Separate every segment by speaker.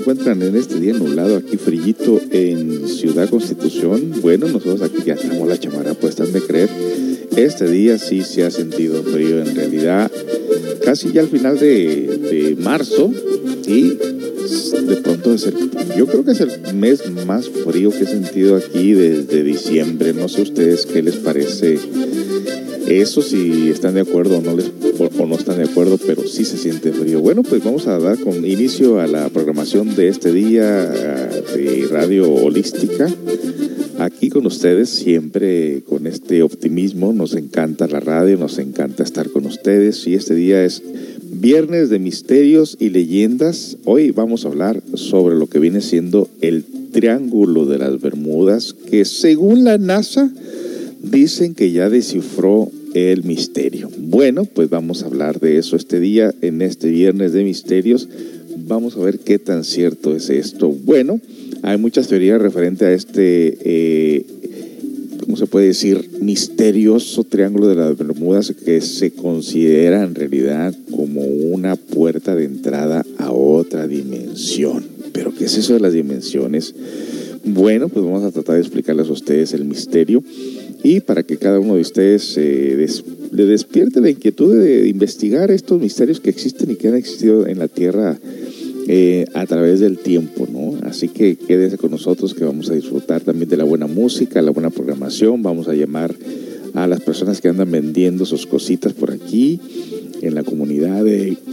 Speaker 1: encuentran en este día nublado, aquí frillito en Ciudad Constitución? Bueno, nosotros aquí ya tenemos la chamarra puesta, han de creer. Este día sí se ha sentido frío, en realidad, casi ya al final de marzo, y de pronto yo creo que es el mes más frío que he sentido aquí desde diciembre. No sé ustedes qué les parece eso, si están de acuerdo o no están de acuerdo, pero sí se siente frío. Bueno, pues vamos a dar con inicio a la programación de este día de Radio Holística. Aquí con ustedes, siempre con este optimismo. Nos encanta la radio, nos encanta estar con ustedes. Y este día es Viernes de Misterios y Leyendas. Hoy vamos a hablar sobre lo que viene siendo el Triángulo de las Bermudas, que según la NASA dicen que ya descifró el misterio. Bueno, pues vamos a hablar de eso este día, en este Viernes de Misterios. Vamos a ver qué tan cierto es esto. Bueno, hay muchas teorías referente a este, ¿cómo se puede decir?, misterioso Triángulo de las Bermudas, que se considera en realidad como una puerta de entrada a otra dimensión. ¿Pero qué es eso de las dimensiones? Bueno, pues vamos a tratar de explicarles a ustedes el misterio, y para que cada uno de ustedes le despierte la inquietud de investigar estos misterios que existen y que han existido en la Tierra a través del tiempo, ¿no? Así que quédese con nosotros, que vamos a disfrutar también de la buena música, la buena programación. Vamos a llamar a las personas que andan vendiendo sus cositas por aquí en la comunidad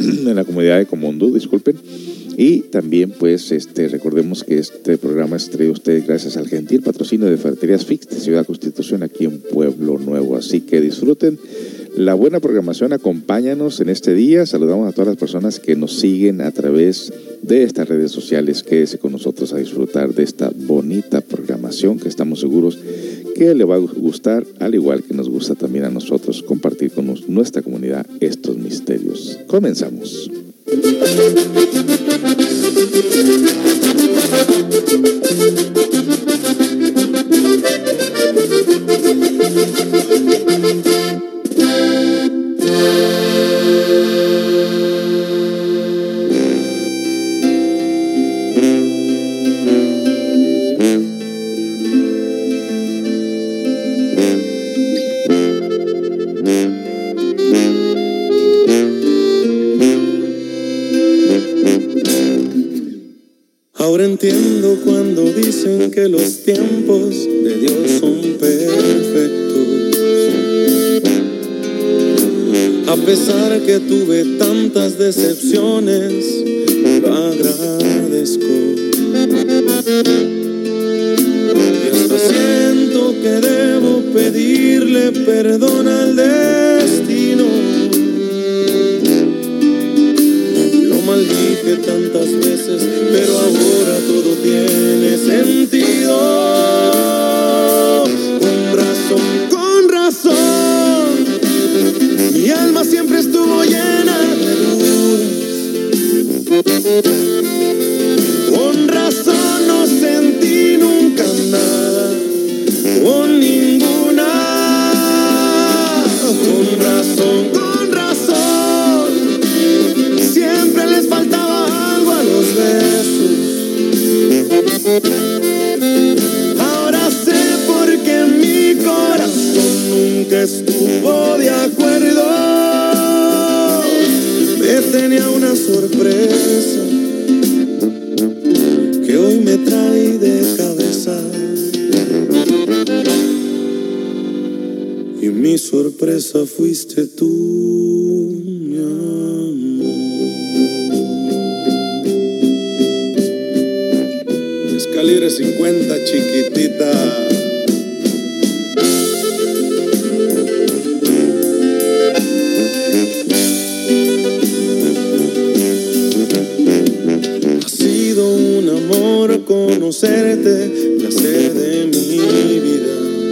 Speaker 1: de Comondú, disculpen. Y también, pues, recordemos que este programa es traído a ustedes gracias al gentil patrocinio de Ferreterías Fix de Ciudad Constitución, aquí en Pueblo Nuevo. Así que disfruten la buena programación, acompáñanos en este día. Saludamos a todas las personas que nos siguen a través de estas redes sociales. Quédese con nosotros a disfrutar de esta bonita programación que estamos seguros que le va a gustar, al igual que nos gusta también a nosotros compartir con nuestra comunidad estos misterios. Comenzamos.
Speaker 2: Ahora entiendo cuando dicen que los tiempos de Dios son perfectos. A pesar que tuve tantas decepciones, lo agradezco. Y hasta siento que debo pedirle perdón al destino. Lo maldije tantas veces, pero ahora todo tiene sentido. Con razón, mi alma siempre estuvo llena de dudas. Con razón no sentí nunca nada, con ninguna. Con razón, siempre les faltaba algo a los besos. Ahora sé por qué mi corazón nunca estuvo de acuerdo. Me tenía una sorpresa que hoy me trae de cabeza. Y mi sorpresa fuiste tú, mi amor. Calibre 50, chiquitita. Ha sido un amor conocerte, placer de mi vida.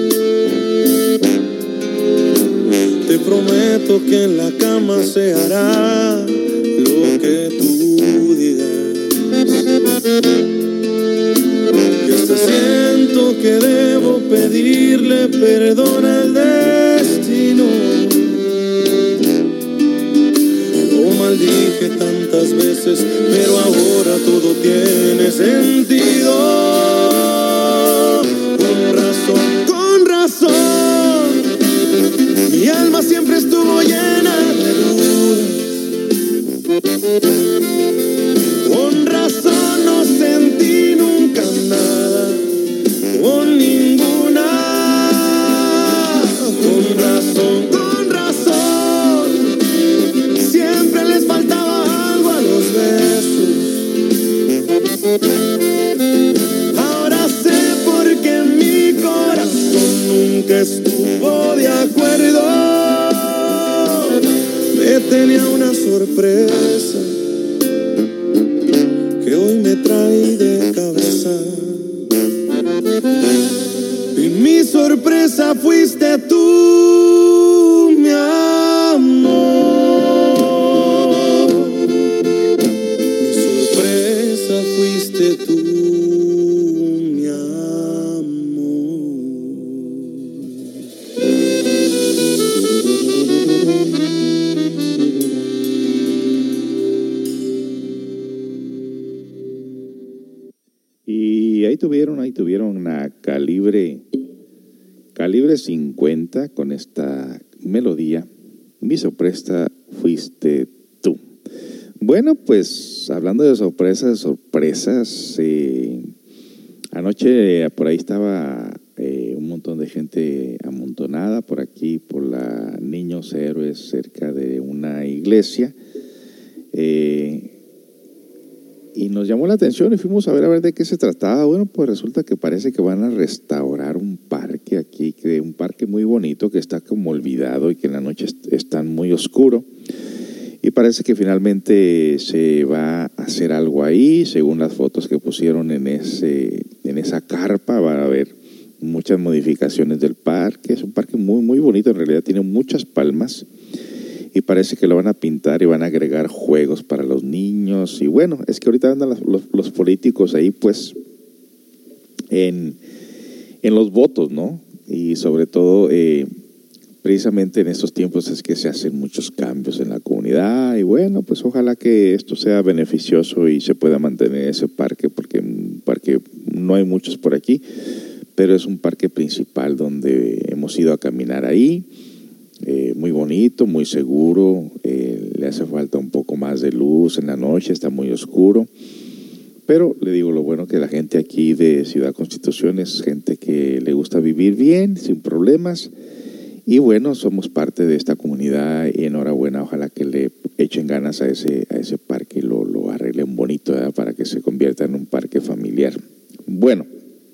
Speaker 2: Te prometo que en la cama se hará lo que tú digas. Y hasta siento que debo pedirle perdón al destino. Lo maldije tantas veces, veces, pero ahora todo tiene sentido. Con razón, mi alma siempre estuvo llena de dudas. Con razón no sentí nunca nada, con ninguna. Con razón, siempre les faltaba algo a los besos. Ahora sé por qué mi corazón nunca estuvo de acuerdo. Me tenía una sorpresa que hoy me trae de cabeza. Y mi sorpresa fuiste tú, mi amor. Mi sorpresa fuiste tú, mi amor.
Speaker 1: Y ahí tuvieron a Calibre 50 con esta melodía. Mi sorpresa fuiste tú. Bueno, pues hablando de sorpresas, anoche por ahí estaba un montón de gente amontonada por aquí, por la Niños Héroes, cerca de una iglesia. Y nos llamó la atención y fuimos a ver de qué se trataba. Bueno, pues resulta que parece que van a restaurar un parque aquí, un parque muy bonito que está como olvidado y que en la noche es tan muy oscuro. Y parece que finalmente se va a hacer algo ahí, según las fotos que pusieron en esa carpa. Va a haber muchas modificaciones del parque. Es un parque muy, muy bonito, en realidad tiene muchas palmas. Y parece que lo van a pintar y van a agregar juegos para los niños. Y bueno, es que ahorita andan los políticos ahí pues en los votos, ¿no? Y sobre todo precisamente en estos tiempos es que se hacen muchos cambios en la comunidad. Y bueno, pues ojalá que esto sea beneficioso y se pueda mantener ese parque, porque un parque no hay muchos por aquí, pero es un parque principal donde hemos ido a caminar ahí. Muy bonito, muy seguro, le hace falta un poco más de luz en la noche, está muy oscuro, pero le digo, lo bueno que la gente aquí de Ciudad Constitución es gente que le gusta vivir bien, sin problemas, y bueno, somos parte de esta comunidad y enhorabuena, ojalá que le echen ganas a ese parque y lo arreglen bonito, ¿verdad? Para que se convierta en un parque familiar. Bueno,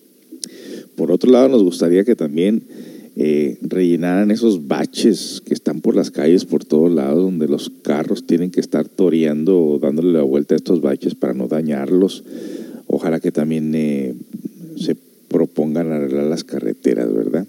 Speaker 1: por otro lado nos gustaría que también rellenaran esos baches que están por las calles por todos lados, donde los carros tienen que estar toreando o dándole la vuelta a estos baches para no dañarlos. Ojalá que también se propongan arreglar las carreteras, ¿verdad?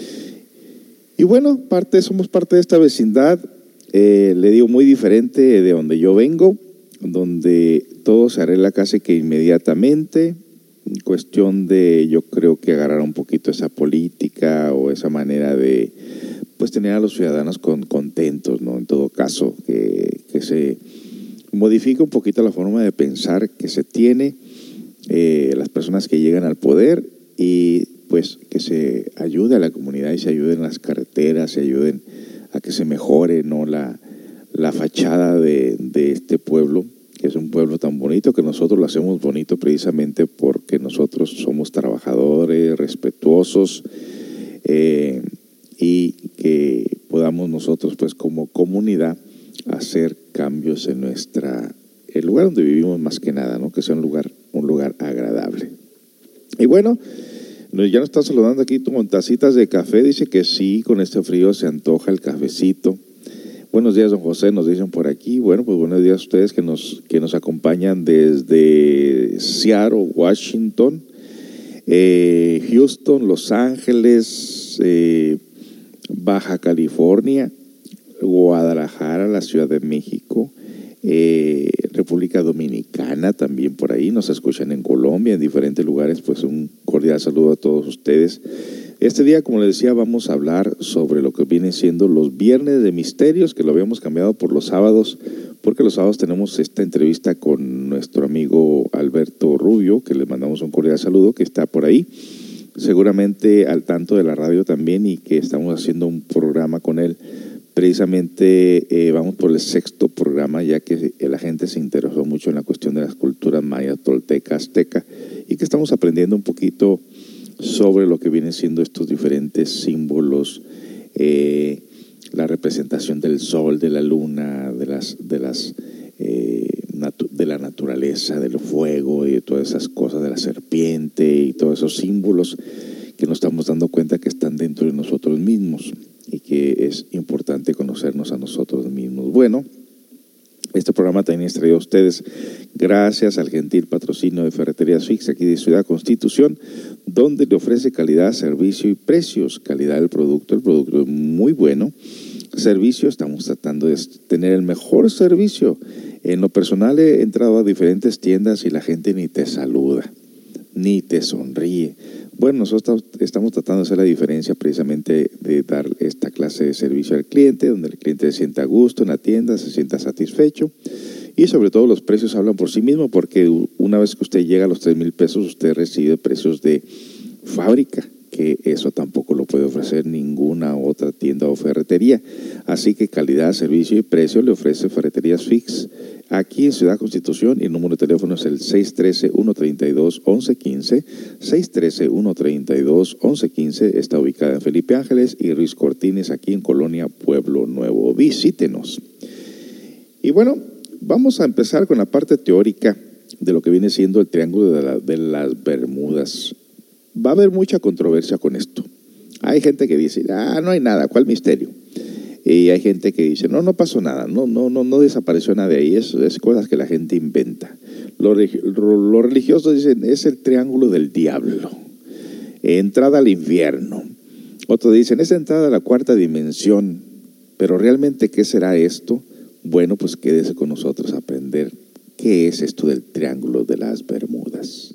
Speaker 1: Y bueno, somos parte de esta vecindad, le digo, muy diferente de donde yo vengo, donde todo se arregla casi que inmediatamente. Cuestión de, yo creo que agarrar un poquito esa política o esa manera de pues tener a los ciudadanos contentos, ¿no? En todo caso, que se modifique un poquito la forma de pensar que se tiene las personas que llegan al poder, y pues que se ayude a la comunidad y se ayuden las carreteras, se ayuden a que se mejore, ¿no? la fachada de este pueblo, que es un pueblo tan bonito, que nosotros lo hacemos bonito precisamente porque nosotros somos trabajadores, respetuosos, y que podamos nosotros pues como comunidad hacer cambios en el lugar donde vivimos, más que nada, ¿no? Que sea un lugar agradable. Y bueno, ya nos está saludando aquí con tacitas de café, dice que sí, con este frío se antoja el cafecito. Buenos días, don José, nos dicen por aquí. Bueno, pues buenos días a ustedes que nos acompañan desde Seattle, Washington, Houston, Los Ángeles, Baja California, Guadalajara, la Ciudad de México, República Dominicana también por ahí. Nos escuchan en Colombia, en diferentes lugares. Pues un cordial saludo a todos ustedes. Este día, como les decía, vamos a hablar sobre lo que viene siendo los viernes de misterios, que lo habíamos cambiado por los sábados, porque los sábados tenemos esta entrevista con nuestro amigo Alberto Rubio, que le mandamos un cordial saludo, que está por ahí, seguramente al tanto de la radio también, y que estamos haciendo un programa con él. Precisamente vamos por el 6º programa, ya que la gente se interesó mucho en la cuestión de las culturas maya, tolteca, azteca, y que estamos aprendiendo un poquito sobre lo que vienen siendo estos diferentes símbolos, la representación del sol, de la luna, de la naturaleza, del fuego y de todas esas cosas, de la serpiente y todos esos símbolos que nos estamos dando cuenta que están dentro de nosotros mismos y que es importante conocernos a nosotros mismos. Bueno, este programa también es traído a ustedes gracias al gentil patrocinio de Ferreterías Fix, aquí de Ciudad Constitución, donde le ofrece calidad, servicio y precios. Calidad del producto, el producto es muy bueno. Servicio, estamos tratando de tener el mejor servicio. En lo personal he entrado a diferentes tiendas y la gente ni te saluda, ni te sonríe. Bueno, nosotros estamos tratando de hacer la diferencia precisamente de dar esta clase de servicio al cliente, donde el cliente se sienta a gusto en la tienda, se sienta satisfecho, y sobre todo los precios hablan por sí mismos, porque una vez que usted llega a los 3,000 pesos, usted recibe precios de fábrica, que eso tampoco lo puede ofrecer ninguna otra tienda o ferretería. Así que calidad, servicio y precio le ofrece Ferreterías Fix aquí en Ciudad Constitución, y el número de teléfono es el 613-132-1115, 613-132-1115. Está ubicada en Felipe Ángeles y Ruiz Cortines, aquí en Colonia Pueblo Nuevo. Visítenos. Y bueno, vamos a empezar con la parte teórica de lo que viene siendo el Triángulo de las Bermudas. Va a haber mucha controversia con esto. Hay gente que dice, no hay nada, ¿cuál misterio? Y hay gente que dice, no pasó nada, no desapareció nada de ahí, es cosas que la gente inventa. Los religiosos dicen, es el triángulo del diablo, entrada al infierno. Otros dicen, es entrada a la 4ª dimensión. Pero realmente, ¿qué será esto? Bueno, pues quédese con nosotros a aprender qué es esto del Triángulo de las Bermudas.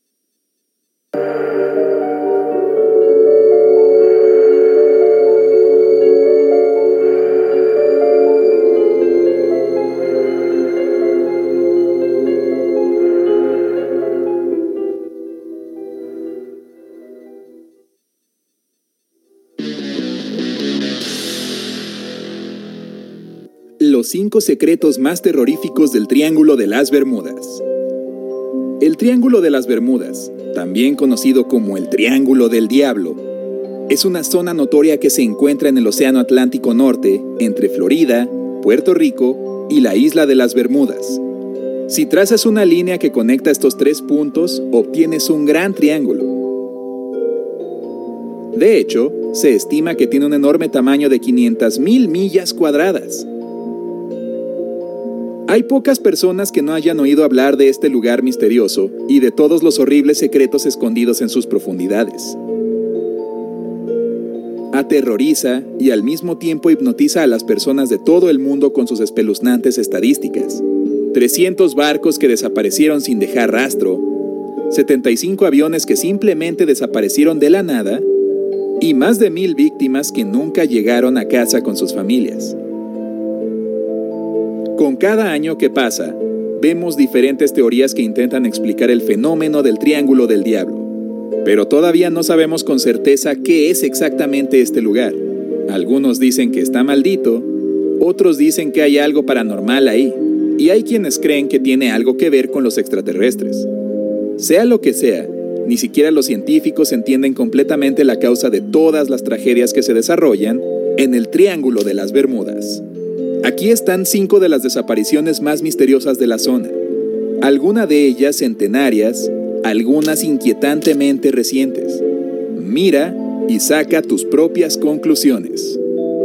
Speaker 3: Los 5 secretos más terroríficos del Triángulo de las Bermudas. El Triángulo de las Bermudas, también conocido como el Triángulo del Diablo, es una zona notoria que se encuentra en el Océano Atlántico Norte, entre Florida, Puerto Rico y la isla de las Bermudas. Si trazas una línea que conecta estos 3 puntos, obtienes un gran triángulo. De hecho, se estima que tiene un enorme tamaño de 500,000 millas cuadradas. Hay pocas personas que no hayan oído hablar de este lugar misterioso y de todos los horribles secretos escondidos en sus profundidades. Aterroriza y al mismo tiempo hipnotiza a las personas de todo el mundo con sus espeluznantes estadísticas. 300 barcos que desaparecieron sin dejar rastro, 75 aviones que simplemente desaparecieron de la nada y más de 1,000 víctimas que nunca llegaron a casa con sus familias. Con cada año que pasa, vemos diferentes teorías que intentan explicar el fenómeno del Triángulo del Diablo, pero todavía no sabemos con certeza qué es exactamente este lugar. Algunos dicen que está maldito, otros dicen que hay algo paranormal ahí, y hay quienes creen que tiene algo que ver con los extraterrestres. Sea lo que sea, ni siquiera los científicos entienden completamente la causa de todas las tragedias que se desarrollan en el Triángulo de las Bermudas. Aquí están 5 de las desapariciones más misteriosas de la zona, algunas de ellas centenarias, algunas inquietantemente recientes. Mira y saca tus propias conclusiones.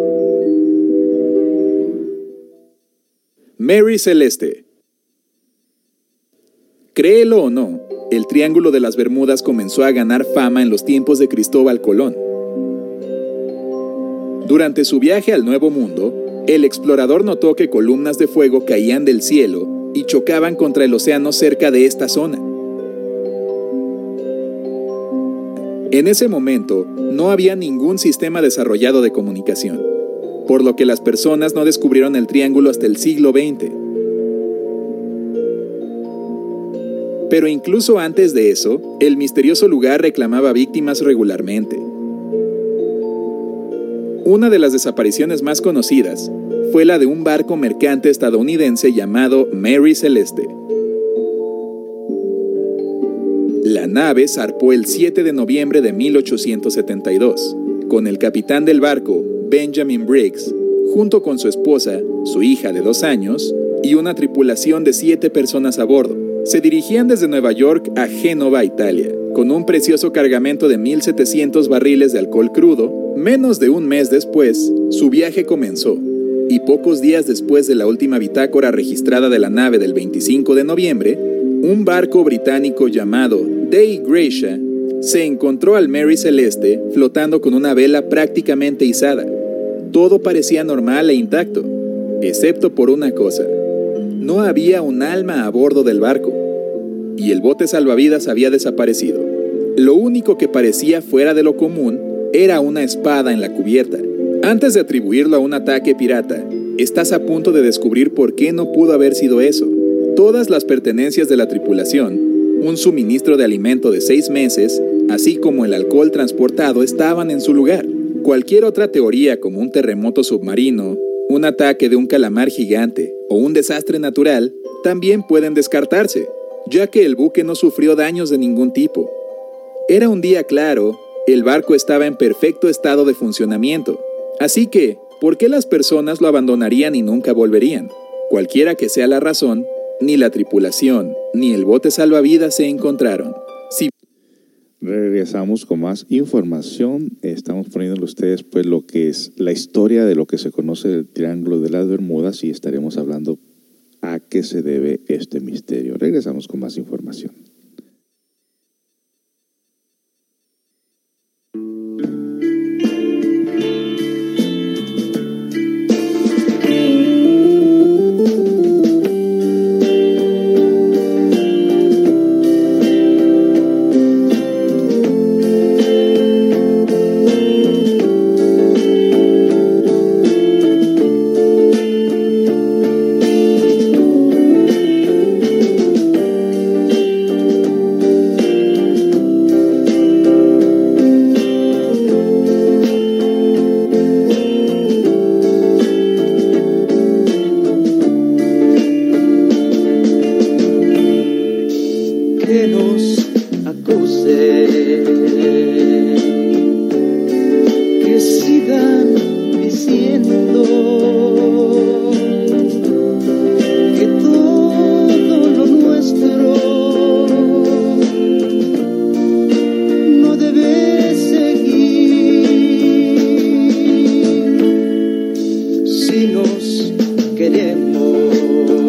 Speaker 3: Mary Celeste. Créelo o no, el Triángulo de las Bermudas comenzó a ganar fama en los tiempos de Cristóbal Colón. Durante su viaje al Nuevo Mundo, el explorador notó que columnas de fuego caían del cielo y chocaban contra el océano cerca de esta zona. En ese momento, no había ningún sistema desarrollado de comunicación, por lo que las personas no descubrieron el triángulo hasta el siglo XX, Pero incluso antes de eso, el misterioso lugar reclamaba víctimas regularmente. Una de las desapariciones más conocidas fue la de un barco mercante estadounidense llamado Mary Celeste. La nave zarpó el 7 de noviembre de 1872, con el capitán del barco, Benjamin Briggs, junto con su esposa, su hija de 2 años, y una tripulación de 7 personas a bordo. Se dirigían desde Nueva York a Génova, Italia, con un precioso cargamento de 1,700 barriles de alcohol crudo. Menos de un mes después, su viaje comenzó, y pocos días después de la última bitácora registrada de la nave del 25 de noviembre, un barco británico llamado Dei Gratia se encontró al Mary Celeste flotando con una vela prácticamente izada. Todo parecía normal e intacto, excepto por una cosa. No había un alma a bordo del barco, y el bote salvavidas había desaparecido. Lo único que parecía fuera de lo común era una espada en la cubierta. Antes de atribuirlo a un ataque pirata, estás a punto de descubrir por qué no pudo haber sido eso. Todas las pertenencias de la tripulación, un suministro de alimento de 6 meses, así como el alcohol transportado, estaban en su lugar. Cualquier otra teoría, como un terremoto submarino, un ataque de un calamar gigante o un desastre natural, también pueden descartarse, ya que el buque no sufrió daños de ningún tipo. Era un día claro, el barco estaba en perfecto estado de funcionamiento, así que, ¿por qué las personas lo abandonarían y nunca volverían? Cualquiera que sea la razón, ni la tripulación ni el bote salvavidas se encontraron.
Speaker 1: Regresamos con más información. Estamos poniéndole a ustedes pues lo que es la historia de lo que se conoce del Triángulo de las Bermudas y estaremos hablando a qué se debe este misterio. Regresamos con más información.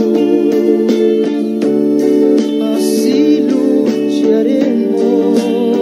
Speaker 4: Así lucharemos.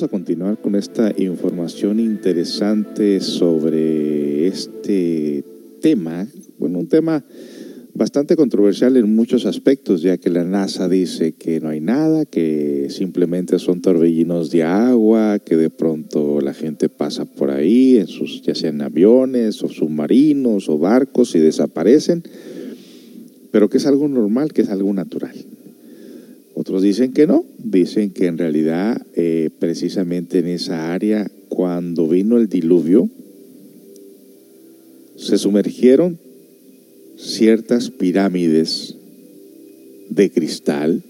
Speaker 1: continuar con esta información interesante sobre este tema. Bueno, un tema bastante controversial en muchos aspectos, ya que la NASA dice que no hay nada, que simplemente son torbellinos de agua, que de pronto la gente pasa por ahí, ya sean aviones o submarinos o barcos, y desaparecen, pero que es algo normal, que es algo natural. Otros dicen que no, dicen que en realidad precisamente en esa área, cuando vino el diluvio, se sumergieron ciertas pirámides de cristal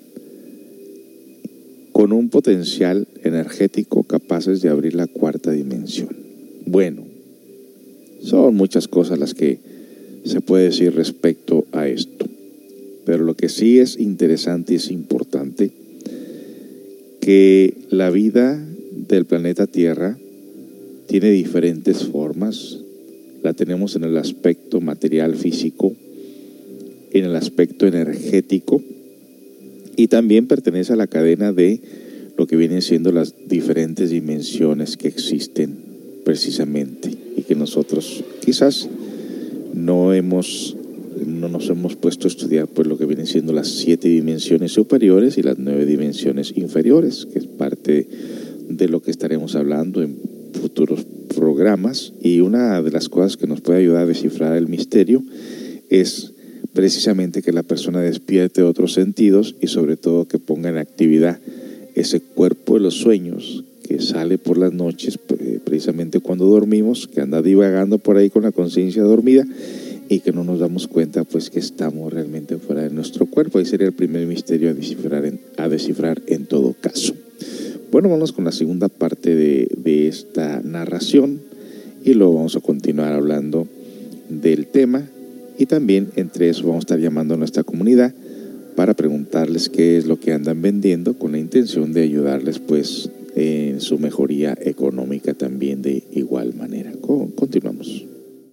Speaker 1: con un potencial energético capaces de abrir la cuarta dimensión. Bueno, son muchas cosas las que se puede decir respecto a esto. Pero lo que sí es interesante y es importante, que la vida del planeta Tierra tiene diferentes formas. La tenemos en el aspecto material físico, en el aspecto energético, y también pertenece a la cadena de lo que vienen siendo las diferentes dimensiones que existen precisamente, y que nosotros quizás no nos hemos puesto a estudiar, pues, lo que vienen siendo las 7 dimensiones superiores y las 9 dimensiones inferiores, que es parte de lo que estaremos hablando en futuros programas. Y una de las cosas que nos puede ayudar a descifrar el misterio es precisamente que la persona despierte otros sentidos, y sobre todo que ponga en actividad ese cuerpo de los sueños que sale por las noches, precisamente cuando dormimos, que anda divagando por ahí con la conciencia dormida, y que no nos damos cuenta, pues, que estamos realmente fuera de nuestro cuerpo. Ahí sería el primer misterio a descifrar en todo caso. Bueno, vamos con la segunda parte de esta narración, y luego vamos a continuar hablando del tema, y también entre eso vamos a estar llamando a nuestra comunidad para preguntarles qué es lo que andan vendiendo, con la intención de ayudarles, pues, en su mejoría económica también de igual manera. Continuamos.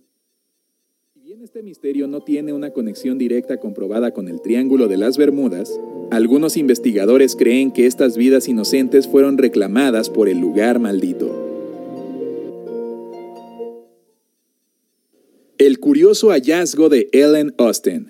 Speaker 3: Este misterio no tiene una conexión directa comprobada con el Triángulo de las Bermudas. Algunos investigadores creen que estas vidas inocentes fueron reclamadas por el lugar maldito. El curioso hallazgo de Ellen Austin.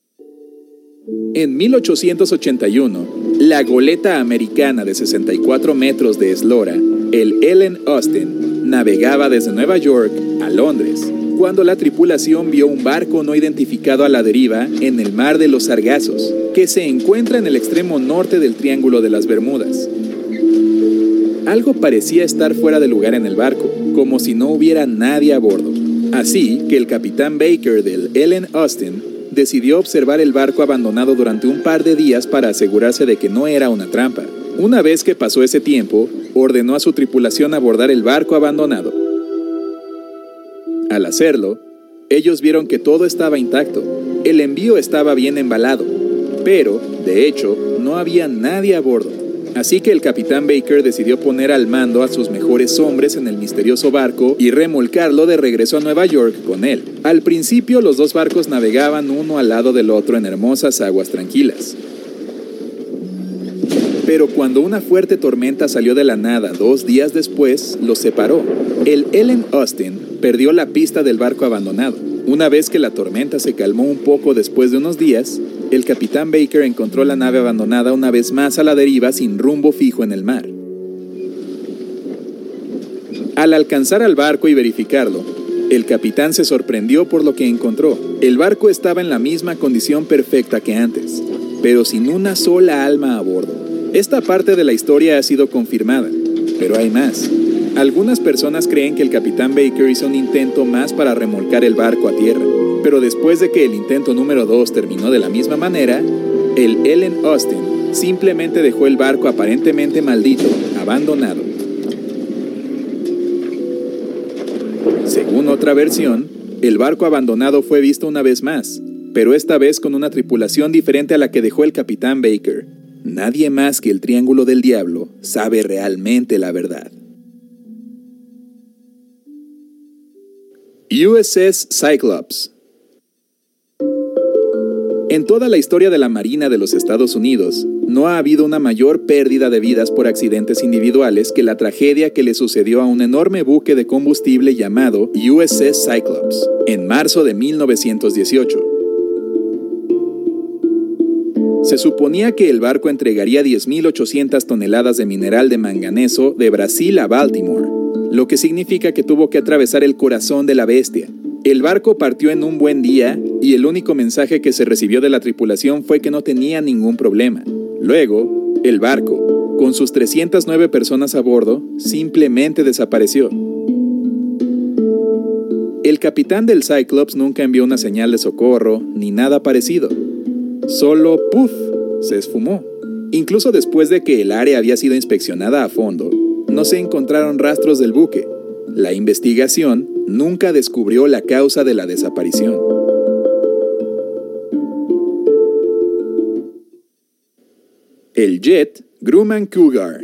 Speaker 3: En 1881, la goleta americana de 64 metros de eslora, el Ellen Austin, navegaba desde Nueva York a Londres, cuando la tripulación vio un barco no identificado a la deriva en el Mar de los Sargazos, que se encuentra en el extremo norte del Triángulo de las Bermudas. Algo parecía estar fuera de lugar en el barco, como si no hubiera nadie a bordo. Así que el capitán Baker del Ellen Austin decidió observar el barco abandonado durante un par de días para asegurarse de que no era una trampa. Una vez que pasó ese tiempo, ordenó a su tripulación abordar el barco abandonado. Al hacerlo, ellos vieron que todo estaba intacto. El envío estaba bien embalado, pero, de hecho, no había nadie a bordo. Así que el capitán Baker decidió poner al mando a sus mejores hombres en el misterioso barco y remolcarlo de regreso a Nueva York con él. Al principio, los dos barcos navegaban uno al lado del otro en hermosas aguas tranquilas. Pero cuando una fuerte tormenta salió de la nada 2 días después, los separó. El Ellen Austin perdió la pista del barco abandonado. Una vez que la tormenta se calmó un poco después de unos días, el capitán Baker encontró la nave abandonada una vez más a la deriva sin rumbo fijo en el mar. Al alcanzar al barco y verificarlo, el capitán se sorprendió por lo que encontró. El barco estaba en la misma condición perfecta que antes, pero sin una sola alma a bordo. Esta parte de la historia ha sido confirmada, pero hay más. Algunas personas creen que el capitán Baker hizo un intento más para remolcar el barco a tierra, pero después de que el intento número 2 terminó de la misma manera, el Ellen Austin simplemente dejó el barco aparentemente maldito, abandonado. Según otra versión, el barco abandonado fue visto una vez más, pero esta vez con una tripulación diferente a la que dejó el capitán Baker. Nadie más que el Triángulo del Diablo sabe realmente la verdad. USS Cyclops. En toda la historia de la Marina de los Estados Unidos, no ha habido una mayor pérdida de vidas por accidentes individuales que la tragedia que le sucedió a un enorme buque de combustible llamado USS Cyclops en marzo de 1918. Se suponía que el barco entregaría 10.800 toneladas de mineral de manganeso de Brasil a Baltimore, lo que significa que tuvo que atravesar el corazón de la bestia. El barco partió en un buen día y el único mensaje que se recibió de la tripulación fue que no tenía ningún problema. Luego, el barco, con sus 309 personas a bordo, simplemente desapareció. El capitán del Cyclops nunca envió una señal de socorro ni nada parecido. Solo ¡puf! Se esfumó. Incluso después de que el área había sido inspeccionada a fondo, no se encontraron rastros del buque. La investigación nunca descubrió la causa de la desaparición. El jet Grumman Cougar.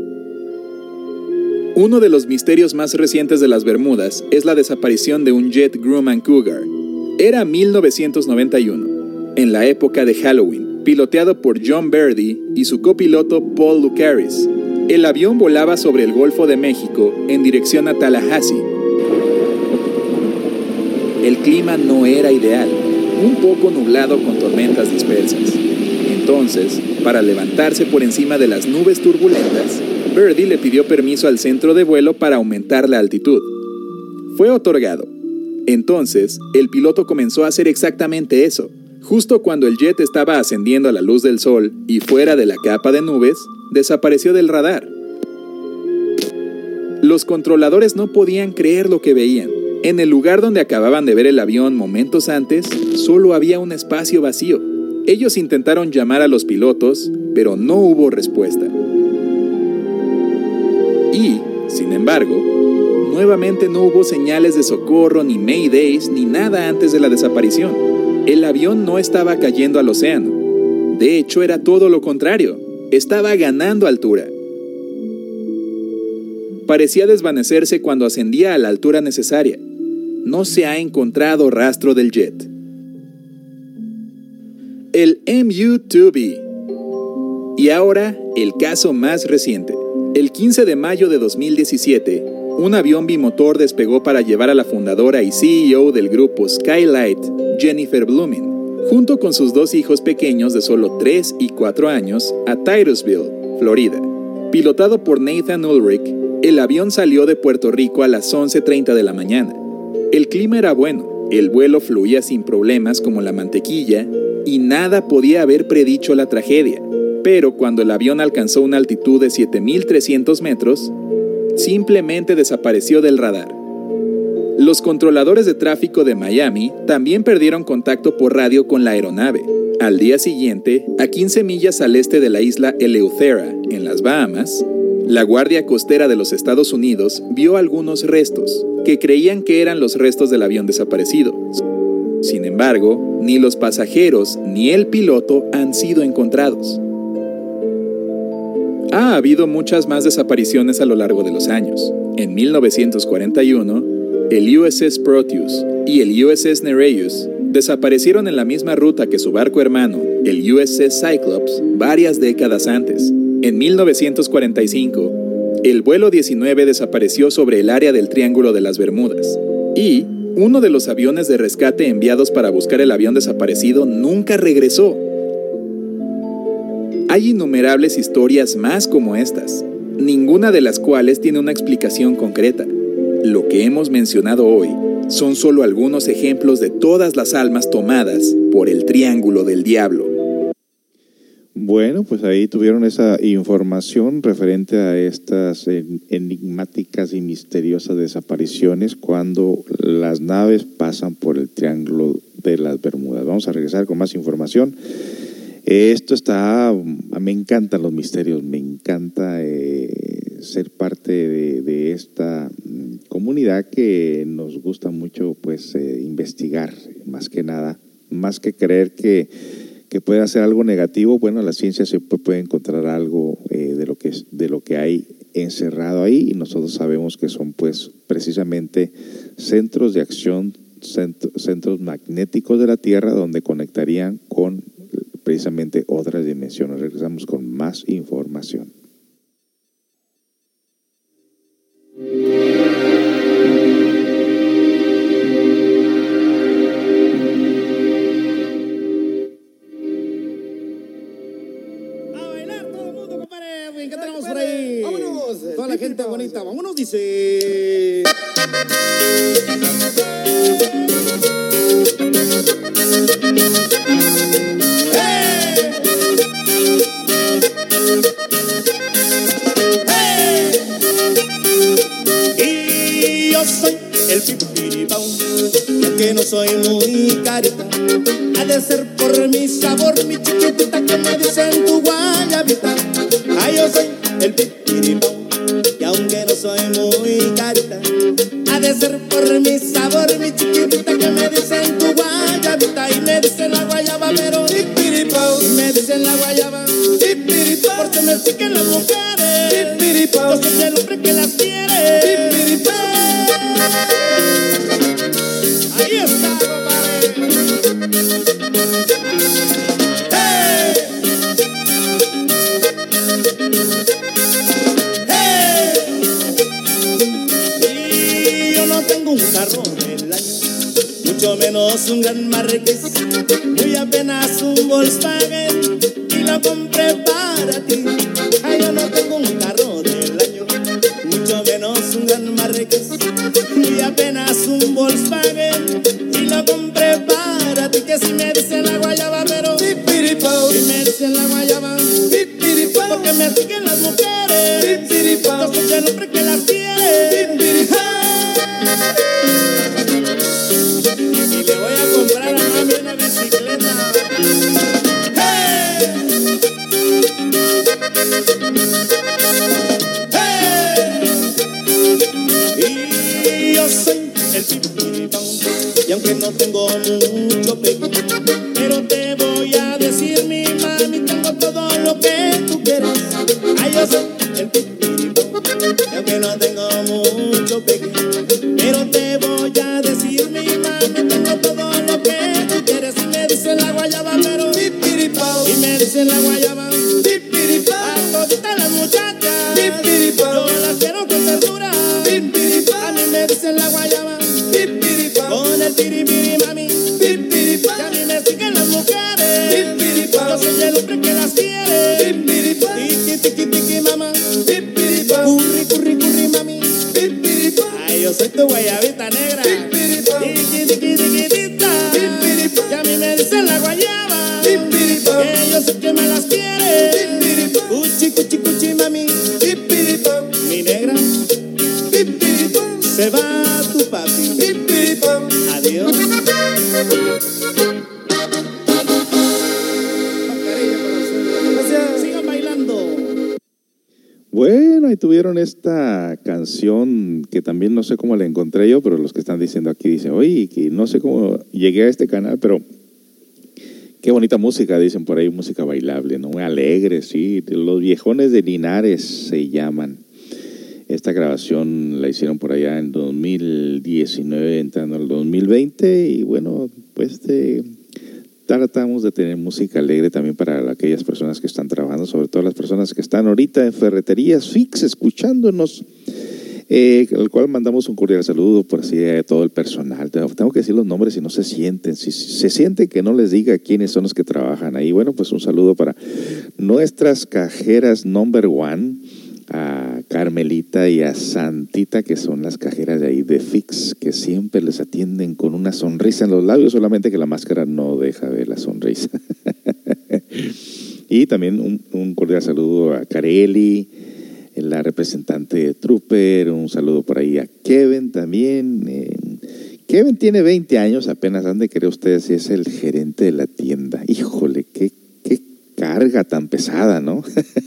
Speaker 3: Uno de los misterios más recientes de las Bermudas es la desaparición de un jet Grumman Cougar. Era 1991. En la época de Halloween, piloteado por John Verdi y su copiloto Paul Lucaris. El avión volaba sobre el Golfo de México en dirección a Tallahassee. El clima no era ideal, un poco nublado con tormentas dispersas. Entonces, para levantarse por encima de las nubes turbulentas, Verdi le pidió permiso al centro de vuelo para aumentar la altitud. Fue otorgado. Entonces, el piloto comenzó a hacer exactamente eso. Justo cuando el jet estaba ascendiendo a la luz del sol y fuera de la capa de nubes, desapareció del radar. Los controladores no podían creer lo que veían. En el lugar donde acababan de ver el avión momentos antes, solo había un espacio vacío. Ellos intentaron llamar a los pilotos, pero no hubo respuesta. Y, sin embargo, nuevamente no hubo señales de socorro, ni maydays, ni nada antes de la desaparición. El avión no estaba cayendo al océano. De hecho, era todo lo contrario. Estaba ganando altura. Parecía desvanecerse cuando ascendía a la altura necesaria. No se ha encontrado rastro del jet. El MU-2B. Y ahora, el caso más reciente. El 15 de mayo de 2017, un avión bimotor despegó para llevar a la fundadora y CEO del grupo Skylight, Jennifer Blumen, junto con sus dos hijos pequeños de solo 3 y 4 años, a Titusville, Florida. Pilotado por Nathan Ulrich, el avión salió de Puerto Rico a las 11:30 de la mañana. El clima era bueno, el vuelo fluía sin problemas como la mantequilla y nada podía haber predicho la tragedia. Pero cuando el avión alcanzó una altitud de 7.300 metros, simplemente desapareció del radar. Los controladores de tráfico de Miami también perdieron contacto por radio con la aeronave. Al día siguiente, a 15 millas al este de la isla Eleuthera, en las Bahamas, la Guardia Costera de los Estados Unidos vio algunos restos, que creían que eran los restos del avión desaparecido. Sin embargo, ni los pasajeros ni el piloto han sido encontrados. Ha habido muchas más desapariciones a lo largo de los años. En 1941, el USS Proteus y el USS Nereus desaparecieron en la misma ruta que su barco hermano, el USS Cyclops, varias décadas antes. En 1945, el vuelo 19 desapareció sobre el área del Triángulo de las Bermudas. Y uno de los aviones de rescate enviados para buscar el avión desaparecido nunca regresó. Hay innumerables historias más como estas, ninguna de las cuales tiene una explicación concreta. Lo que hemos mencionado hoy son solo algunos ejemplos de todas las almas tomadas por el Triángulo del Diablo.
Speaker 1: Bueno, pues ahí tuvieron esa información referente a estas enigmáticas y misteriosas desapariciones cuando las naves pasan por el Triángulo de las Bermudas. Vamos a regresar con más información. Me encantan los misterios, me encanta ser parte de esta comunidad que nos gusta mucho pues investigar, más que nada, más que creer que puede ser algo negativo. Bueno, la ciencia siempre puede encontrar algo de lo que hay encerrado ahí, y nosotros sabemos que son pues precisamente centros de acción, centros magnéticos de la Tierra donde conectarían con precisamente otras dimensiones. Regresamos con más información.
Speaker 4: ¿Qué tenemos por ahí? Vámonos. Toda la gente bonita. Vámonos, dice. Y yo soy el pipiripao, y aunque no soy muy carita, ha de ser por mi sabor, mi chiquitita, que me dicen tu guayabita. Ay, yo soy el pipiripao, y aunque no soy muy carita, ha de ser por mi sabor, mi chiquitita, que me dicen tu guayabita. Y me dicen la guayaba, pero pipiripao, y me dicen la guayaba, pipiripao, porque me siguen las mujeres, pipiripao, yo soy el hombre que las quiere, pipiripao. Ahí está, compadre. Un carro del año, mucho menos un gran Marqués, muy apenas un Volkswagen, y lo compré para ti. Ay, yo no tengo un carro del año, mucho menos un gran Marqués, muy apenas un Volkswagen, y lo compré para ti. Que si me dicen la guayaba, pero pipiripao, y me dicen la guayaba, pipiripao, porque me siguen las mujeres, pipiripao, yo soy el hombre que las quiere, pipiripao. Y le voy a comprar a mami una bicicleta. ¡Hey! ¡Hey! Y yo soy el pipiripao, y aunque no tengo mucho pegue, pero te voy a decir, mi mami, tengo todo lo que tú quieres. Ay, yo soy el pipiripao, y aunque no tengo mucho pegue, pero te voy a decir, mi mami, tengo todo lo que tú quieres. Y me dicen la guayaba, pero pipiripao, y me dicen la guayaba, pipiripao, a toditas las muchachas, pipiripao, yo las quiero con ternura, pipiripao. A mí me dicen la guayaba, pipiripao, con el piripiri, mami, pipiripao. Y a mí me siguen las mujeres, pipiripao, yo soy el hombre que las quiere, pipiripao. Tiki, tiki, tiki, mamá, pipiripao, curri, curri, curri, mami, pipiripao. Ay, yo soy tu guayabita negra, pipiripao, tiki, tiki, tiquitita, pipiripao. Y a mí me dicen la guayaba, pipiripao, que yo sé que me las quiere, pipiripao. Cuchi, cuchi, cuchi, mami, pipiripao. Mi negra, pipiripao, se va tu papi, pipiripao. Adiós. Sigan bailando.
Speaker 1: Bueno, ahí tuvieron esta canción que también no sé cómo la encontré yo, pero los que están diciendo aquí dicen, oye, que no sé cómo llegué a este canal, pero qué bonita música, dicen por ahí, música bailable, ¿no? Muy alegre, sí. Los Viejones de Linares se llaman. Esta grabación la hicieron por allá en 2019, entrando al 2020, y bueno, pues tratamos de tener música alegre también para aquellas personas que están trabajando, sobre todo las personas que están ahorita en Ferreterías Fix escuchándonos, al cual mandamos un cordial saludo por así a todo el personal. Tengo que decir los nombres si no se sienten, si se siente que no les diga quiénes son los que trabajan ahí. Bueno, pues un saludo para nuestras cajeras number one, a Carmelita y a Santita, que son las cajeras de ahí de Fix, que siempre les atienden con una sonrisa en los labios, solamente que la máscara no deja ver la sonrisa. Y también un cordial saludo a Carelli, la representante de Trooper. Un saludo por ahí a Kevin también. Kevin tiene 20 años apenas. ¿Dónde cree usted si es el gerente de la tienda? Híjole, qué carga tan pesada, ¿no?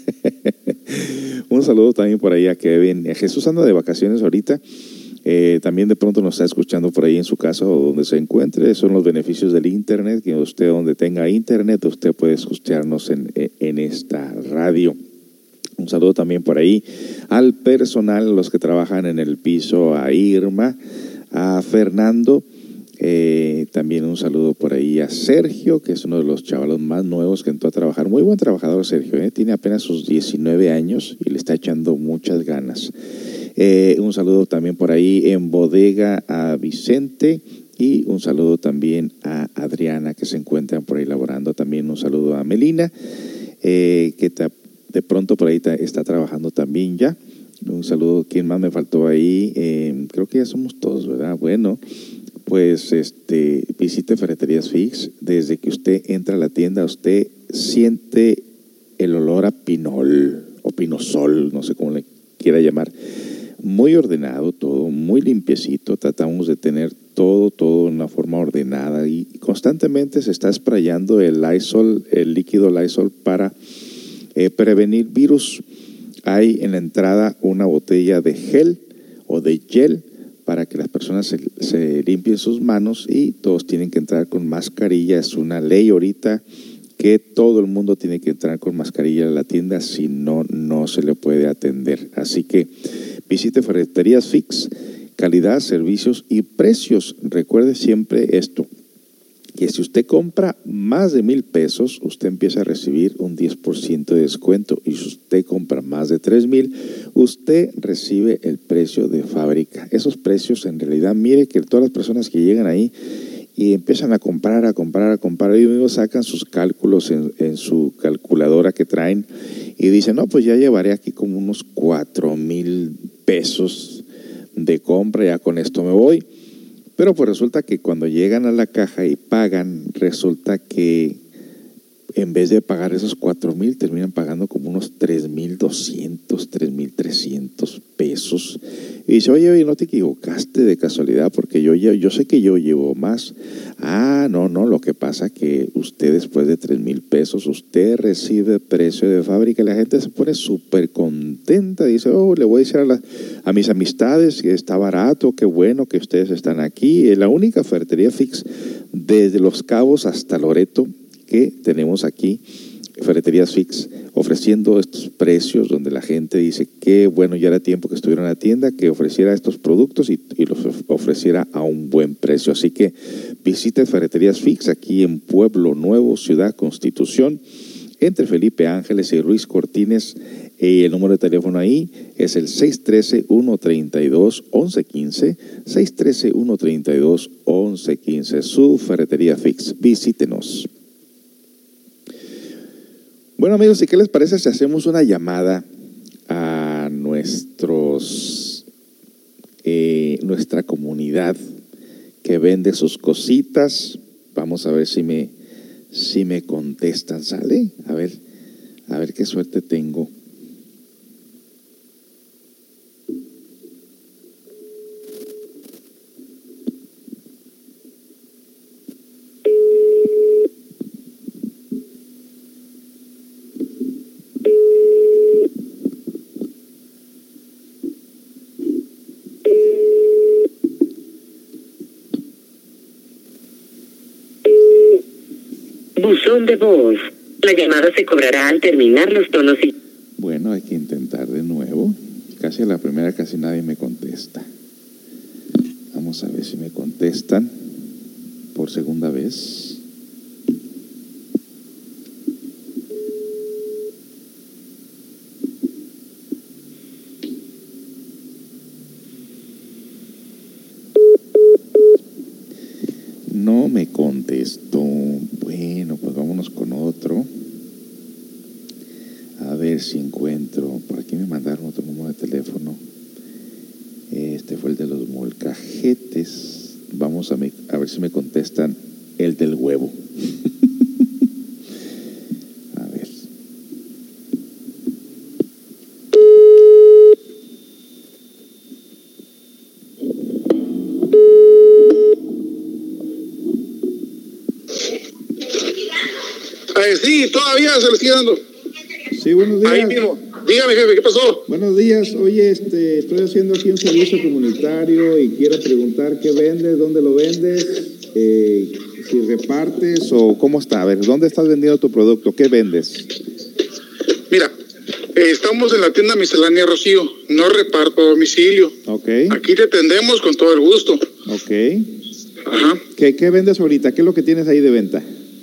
Speaker 1: Un saludo también por ahí a Kevin. Jesús anda de vacaciones ahorita. También de pronto nos está escuchando por ahí en su casa o donde se encuentre. Son los beneficios del internet, que usted donde tenga internet, usted puede escucharnos en esta radio. Un saludo también por ahí al personal, los que trabajan en el piso, a Irma, a Fernando, También un saludo por ahí a Sergio, que es uno de los chavalos más nuevos que entró a trabajar. Muy buen trabajador Sergio, tiene apenas sus 19 años y le está echando muchas ganas. Un saludo también por ahí en bodega a Vicente y un saludo también a Adriana, que se encuentran por ahí laborando. También un saludo a Melina, que de pronto por ahí está trabajando también ya. Un saludo. ¿Quién más me faltó ahí? Creo que ya somos todos, ¿verdad? Bueno, pues visite Ferreterías Fix. Desde que usted entra a la tienda, usted siente el olor a pinol o pinosol, no sé cómo le quiera llamar. Muy ordenado todo, muy limpiecito. Tratamos de tener todo de una forma ordenada y constantemente se está sprayando el Lysol, el líquido Lysol para prevenir virus. Hay en la entrada una botella de gel o de gel para que las personas se limpien sus manos, y todos tienen que entrar con mascarilla. Es una ley ahorita que todo el mundo tiene que entrar con mascarilla a la tienda, si no, no se le puede atender. Así que visite Ferreterías Fix, calidad, servicios y precios. Recuerde siempre esto, que si usted compra más de 1,000 pesos, usted empieza a recibir un 10% de descuento, y si usted compra más de 3,000, usted recibe el precio de fábrica. Esos precios, en realidad, mire que todas las personas que llegan ahí y empiezan a comprar, ellos mismos sacan sus cálculos en su calculadora que traen y dicen, no, pues ya llevaré aquí como unos 4,000 pesos de compra, ya con esto me voy. Pero pues resulta que cuando llegan a la caja y pagan, resulta que en vez de pagar esos 4,000, terminan pagando como unos 3,200, 3,300 pesos. Y dice, oye, no te equivocaste de casualidad, porque yo sé que yo llevo más. No, lo que pasa que usted después de 3,000 pesos, usted recibe precio de fábrica, y la gente se pone súper contenta. Dice, le voy a decir a mis amistades que está barato, qué bueno que ustedes están aquí. Es la única Ferretería Fix desde Los Cabos hasta Loreto que tenemos aquí, Ferreterías Fix, ofreciendo estos precios donde la gente dice que bueno, ya era tiempo que estuviera en la tienda, que ofreciera estos productos y los ofreciera a un buen precio. Así que visite Ferreterías Fix aquí en Pueblo Nuevo, Ciudad Constitución, entre Felipe Ángeles y Ruiz Cortines. El número de teléfono ahí es el 613-132-1115, 613-132-1115, su Ferretería Fix. Visítenos. Bueno, amigos, ¿y qué les parece si hacemos una llamada a nuestra comunidad que vende sus cositas? Vamos a ver si me contestan, ¿sale? A ver qué suerte tengo.
Speaker 5: Buzón de voz. La llamada se cobrará al terminar los tonos y...
Speaker 1: Bueno, hay que intentar de nuevo. Casi a la primera casi nadie me contesta. Vamos a ver si me contestan por segunda vez. No me contestó. Bueno, pues vámonos con otro. A ver si encuentro. Por aquí me mandaron otro número de teléfono. Este fue el de los molcajetes. Vamos a ver si me contestan el del huevo. A ver.
Speaker 6: Sí, todavía se le sigue dando.
Speaker 1: Sí, buenos días.
Speaker 6: Ahí mismo. Dígame, jefe, ¿qué pasó?
Speaker 1: Buenos días. Oye, estoy haciendo aquí un servicio comunitario y quiero preguntar qué vendes, dónde lo vendes, si repartes o cómo está. A ver, ¿dónde estás vendiendo tu producto? ¿Qué vendes?
Speaker 6: Mira, estamos en la tienda miscelánea Rocío. No reparto a domicilio.
Speaker 1: Ok.
Speaker 6: Aquí te atendemos con todo el gusto.
Speaker 1: Ok.
Speaker 6: Ajá.
Speaker 1: ¿Qué vendes ahorita? ¿Qué es lo que tienes ahí de venta?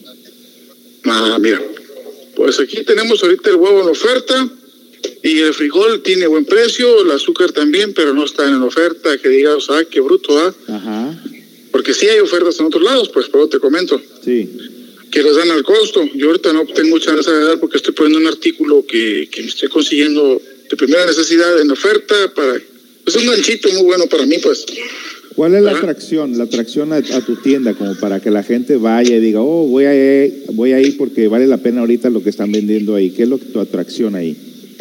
Speaker 6: Mira, pues aquí tenemos ahorita el huevo en oferta y el frijol tiene buen precio, el azúcar también, pero no está en oferta, que digas, qué bruto,
Speaker 1: Ajá.
Speaker 6: Porque sí hay ofertas en otros lados, pues, pero te comento.
Speaker 1: Sí.
Speaker 6: Que les dan al costo. Yo ahorita no tengo chance de dar porque estoy poniendo un artículo que me estoy consiguiendo de primera necesidad en oferta para... Es un ganchito muy bueno para mí, pues.
Speaker 1: ¿Cuál es la atracción a tu tienda, como para que la gente vaya y diga, voy a ir porque vale la pena ahorita lo que están vendiendo ahí? ¿Qué es tu atracción ahí?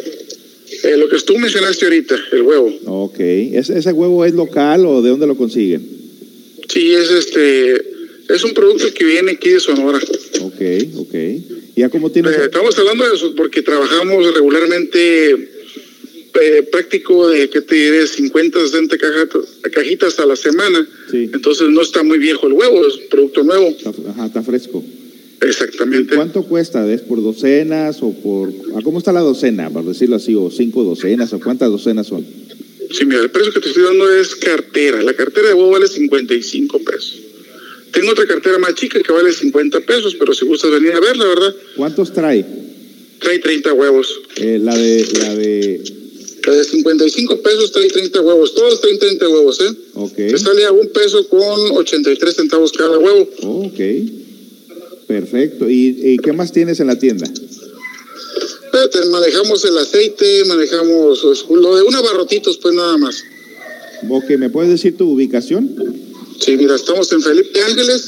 Speaker 6: Lo que tú mencionaste ahorita, el huevo.
Speaker 1: Ok. ¿Ese huevo es local o de dónde lo consiguen?
Speaker 6: Sí, es un producto que viene aquí de Sonora.
Speaker 1: Ok. ¿Ya cómo tienes?
Speaker 6: Estamos hablando de eso porque trabajamos regularmente práctico de, ¿qué te diré? 50, 60 cajitas a la semana.
Speaker 1: Sí.
Speaker 6: Entonces no está muy viejo el huevo, es producto nuevo.
Speaker 1: Está fresco.
Speaker 6: Exactamente.
Speaker 1: ¿Y cuánto cuesta? ¿Es por docenas o por...? ¿Cómo está la docena, para decirlo así? ¿O 5 docenas? ¿O cuántas docenas son?
Speaker 6: Sí, mira, el precio que te estoy dando es cartera. La cartera de huevo vale 55 pesos. Tengo otra cartera más chica que vale 50 pesos, pero si gustas venir a verla, ¿verdad?
Speaker 1: ¿Cuántos trae?
Speaker 6: Trae 30 huevos.
Speaker 1: La de
Speaker 6: 55 pesos trae 30 huevos. Todos traen 30 huevos, ¿eh?
Speaker 1: Ok.
Speaker 6: Te sale a $1 con 83 centavos cada huevo.
Speaker 1: Ok. Perfecto. ¿Y qué más tienes en la tienda?
Speaker 6: Manejamos el aceite, manejamos lo de unos barrotitos, pues nada más.
Speaker 1: Ok, ¿me puedes decir tu ubicación?
Speaker 6: Sí, mira, estamos en Felipe Ángeles,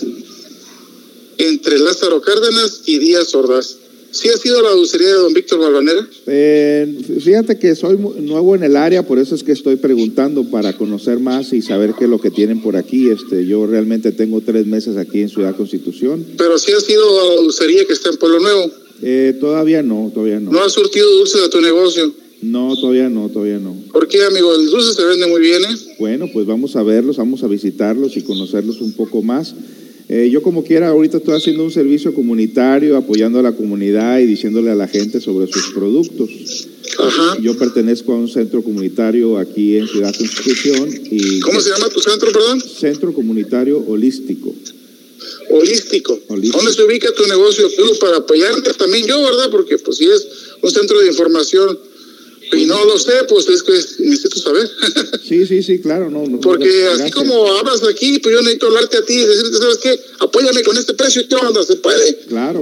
Speaker 6: entre Lázaro Cárdenas y Díaz Ordaz. ¿Sí ha sido la dulcería de don Víctor Balvanera?
Speaker 1: Fíjate que soy nuevo en el área, por eso es que estoy preguntando para conocer más y saber qué es lo que tienen por aquí. Yo realmente tengo 3 meses aquí en Ciudad Constitución.
Speaker 6: ¿Pero sí ha sido a la dulcería que está en Pueblo Nuevo?
Speaker 1: Todavía no.
Speaker 6: ¿No has surtido dulces a tu negocio?
Speaker 1: No, todavía no.
Speaker 6: ¿Por qué, amigo? El dulce se vende muy bien, ¿eh?
Speaker 1: Bueno, pues vamos a verlos, vamos a visitarlos y conocerlos un poco más. Yo como quiera, ahorita estoy haciendo un servicio comunitario, apoyando a la comunidad y diciéndole a la gente sobre sus productos.
Speaker 6: Ajá.
Speaker 1: Yo pertenezco a un centro comunitario aquí en Ciudad Constitución.
Speaker 6: ¿Cómo se llama tu centro, perdón?
Speaker 1: Centro Comunitario Holístico.
Speaker 6: Holístico. ¿Dónde se ubica tu negocio? Para apoyarte también yo, ¿verdad? Porque pues si es un centro de información y no lo sé, pues es que necesito saber.
Speaker 1: Sí, claro. No,
Speaker 6: porque
Speaker 1: gracias.
Speaker 6: Así como hablas aquí, pues yo necesito hablarte a ti y decirte, ¿sabes qué? Apóyame con este precio, ¿qué onda? ¿Se puede?
Speaker 1: Claro.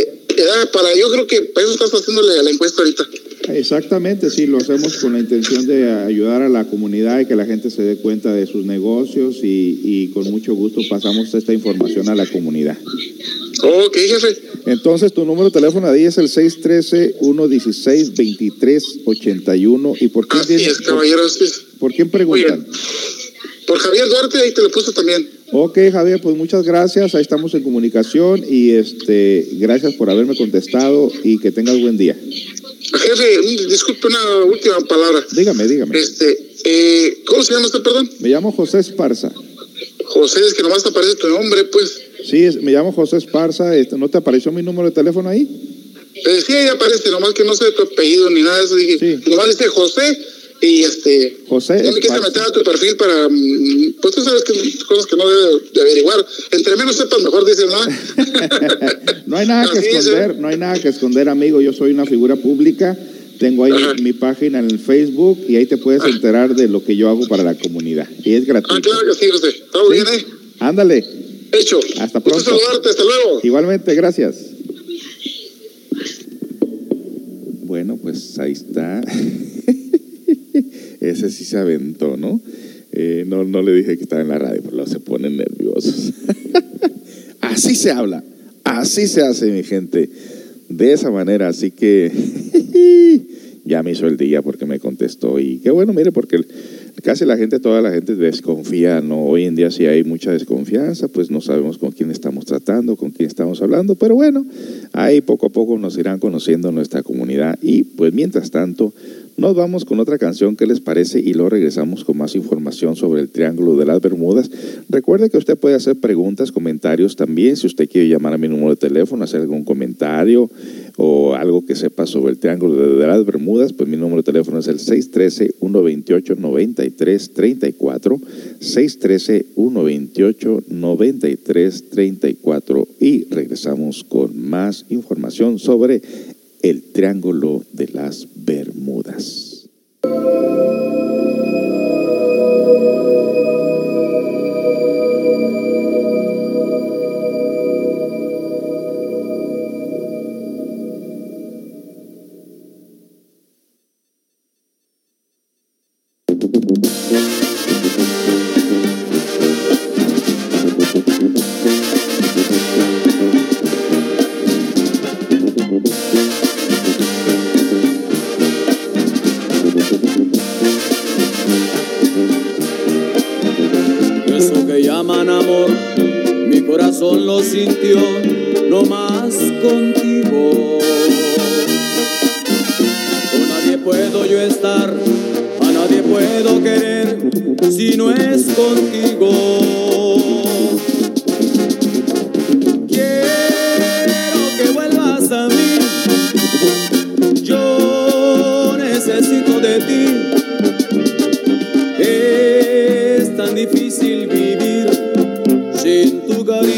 Speaker 6: Yo creo que para eso estás haciéndole a la encuesta ahorita.
Speaker 1: Exactamente, sí, lo hacemos con la intención de ayudar a la comunidad y que la gente se dé cuenta de sus negocios y con mucho gusto pasamos esta información a la comunidad.
Speaker 6: Ok, jefe.
Speaker 1: Entonces, tu número de teléfono ahí es el 613-116-2381. ¿Y por quién
Speaker 6: Así es, caballero.
Speaker 1: ¿Por quién preguntan?
Speaker 6: Oye, por Javier Duarte, ahí te lo puse también.
Speaker 1: Ok, Javier, pues muchas gracias. Ahí estamos en comunicación y gracias por haberme contestado y que tengas buen día.
Speaker 6: Jefe, disculpe una última palabra.
Speaker 1: Dígame.
Speaker 6: ¿Cómo se llama usted, perdón?
Speaker 1: Me llamo José Esparza.
Speaker 6: José, es que nomás te aparece tu nombre, pues.
Speaker 1: Sí, me llamo José Esparza. ¿No te apareció mi número de teléfono ahí?
Speaker 6: Sí, ahí aparece, nomás que no sé tu apellido ni nada de eso. Dije, sí. Nomás dice José y
Speaker 1: José
Speaker 6: ya me quise meter a tu perfil para, pues tú sabes que cosas que no debe de averiguar. Entre menos sepas, mejor dicen, ¿no?
Speaker 1: No hay nada que esconder, no hay nada que esconder, amigo. Yo soy una figura pública. Tengo ahí mi página en el Facebook y ahí te puedes enterar de lo que yo hago para la comunidad. Y es gratuito.
Speaker 6: Claro que sí, José. Todo bien, ¿eh?
Speaker 1: Ándale.
Speaker 6: Hecho.
Speaker 1: Hasta pronto.
Speaker 6: Gusto saludarte, hasta luego.
Speaker 1: Igualmente, gracias. Bueno, pues ahí está. Ese sí se aventó, ¿no? No le dije que estaba en la radio, pero luego se ponen nerviosos. Así se habla, así se hace, mi gente. De esa manera, así que ya me hizo el día porque me contestó. Y qué bueno, mire, porque casi toda la gente desconfía, ¿no? Hoy en día sí hay mucha desconfianza, pues no sabemos con quién estamos tratando, con quién estamos hablando, pero bueno, ahí poco a poco nos irán conociendo nuestra comunidad. Y pues mientras tanto, nos vamos con otra canción, ¿qué les parece? Y luego regresamos con más información sobre el Triángulo de las Bermudas. Recuerde que usted puede hacer preguntas, comentarios también, si usted quiere llamar a mi número de teléfono, hacer algún comentario o algo que sepa sobre el Triángulo de las Bermudas, pues mi número de teléfono es el 613-128-9334, 613-128-9334, y regresamos con más información sobre el Triángulo de las Bermudas.
Speaker 2: Eso que llaman amor, mi corazón lo sintió, no más contigo. Con nadie puedo yo estar, a nadie puedo querer, si no es contigo. Quiero que vuelvas a mí, yo necesito de ti. Es tan difícil vivir sin tu cariño.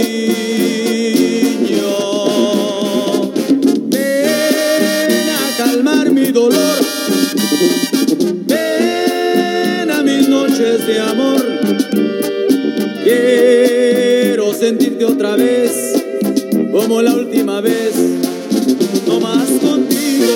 Speaker 2: Ven a calmar mi dolor, ven a mis noches de amor. Quiero sentirte otra vez, como la última vez, no más contigo.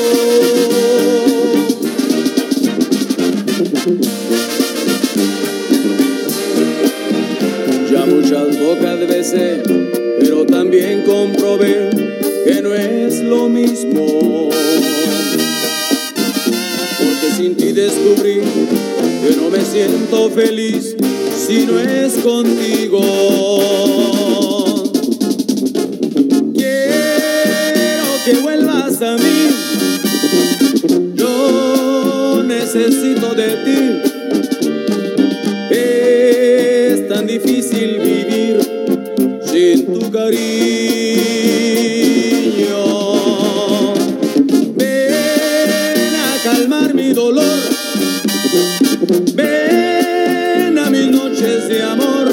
Speaker 2: Ya muchas bocas besé, pero también comprobé que no es lo mismo. Porque sin ti descubrí que no me siento feliz si no es contigo. Quiero que vuelvas a mí, yo necesito de ti. Es tan difícil vivir sin tu cariño. Ven a calmar mi dolor, ven a mis noches de amor.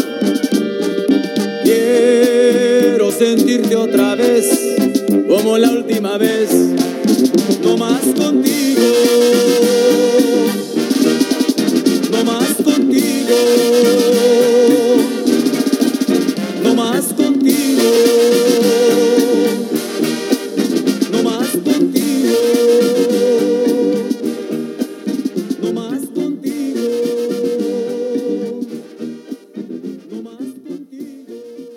Speaker 2: Quiero sentirte otra vez, como la última vez, no más contigo. No más contigo, no más contigo, no más contigo, no más contigo, no más contigo.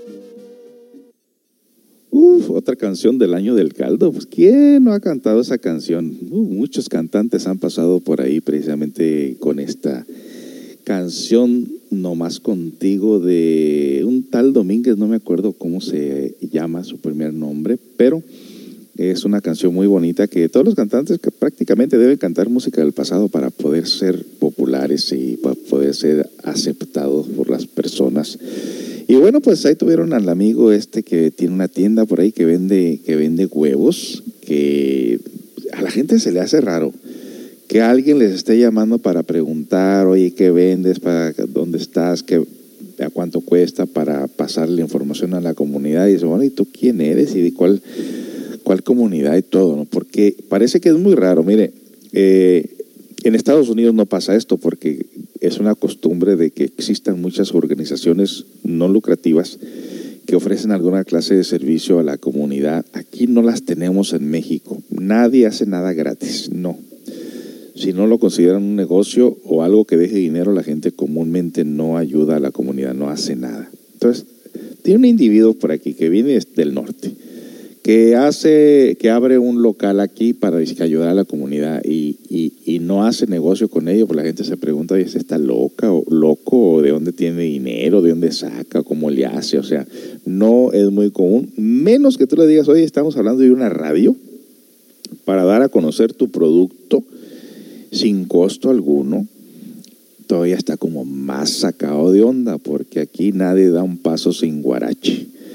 Speaker 1: Otra canción del año del caldo. Pues, ¿quién no ha cantado esa canción? Muchos cantantes han pasado por ahí precisamente con esta canción, No Más Contigo, de un tal Domínguez, no me acuerdo cómo se llama su primer nombre, pero es una canción muy bonita que todos los cantantes que prácticamente deben cantar música del pasado para poder ser populares y para poder ser aceptados por las personas. Y bueno, pues ahí tuvieron al amigo que tiene una tienda por ahí que vende huevos, que a la gente se le hace raro que alguien les esté llamando para preguntar, oye, ¿qué vendes? ¿Para dónde estás? ¿A cuánto cuesta? Para pasarle información a la comunidad. Y dice, bueno, ¿y tú quién eres? ¿Y cuál comunidad? Y todo, ¿no? Porque parece que es muy raro. Mire, en Estados Unidos no pasa esto porque es una costumbre de que existan muchas organizaciones no lucrativas que ofrecen alguna clase de servicio a la comunidad. Aquí no las tenemos en México. Nadie hace nada gratis, no. Si no lo consideran un negocio o algo que deje dinero, la gente comúnmente no ayuda a la comunidad, no hace nada. Entonces, tiene un individuo por aquí que viene del norte, que abre un local aquí para ayudar a la comunidad y no hace negocio con ello, pues la gente se pregunta, oye, ¿está loco o de dónde tiene dinero, de dónde saca, cómo le hace? O sea, no es muy común, menos que tú le digas, oye, estamos hablando de una radio para dar a conocer tu producto sin costo alguno. Todavía está como más sacado de onda, porque aquí nadie da un paso sin guarache.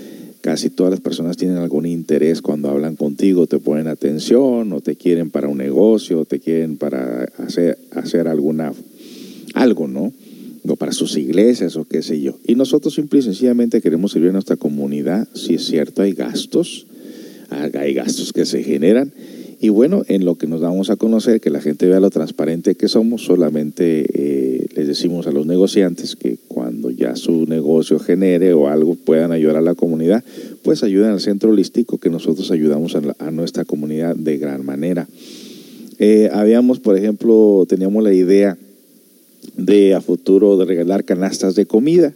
Speaker 1: casi todas las personas tienen algún interés cuando hablan contigo, te ponen atención o te quieren para un negocio, o te quieren para hacer algo, ¿no? O para sus iglesias o qué sé yo. Y nosotros simple y sencillamente queremos servir a nuestra comunidad. Si es cierto, hay gastos que se generan. Y bueno, en lo que nos damos a conocer, que la gente vea lo transparente que somos, solamente les decimos a los negociantes que cuando ya su negocio genere o algo puedan ayudar a la comunidad, pues ayuden al centro holístico, que nosotros ayudamos a nuestra comunidad de gran manera. Por ejemplo, teníamos la idea de a futuro de regalar canastas de comida,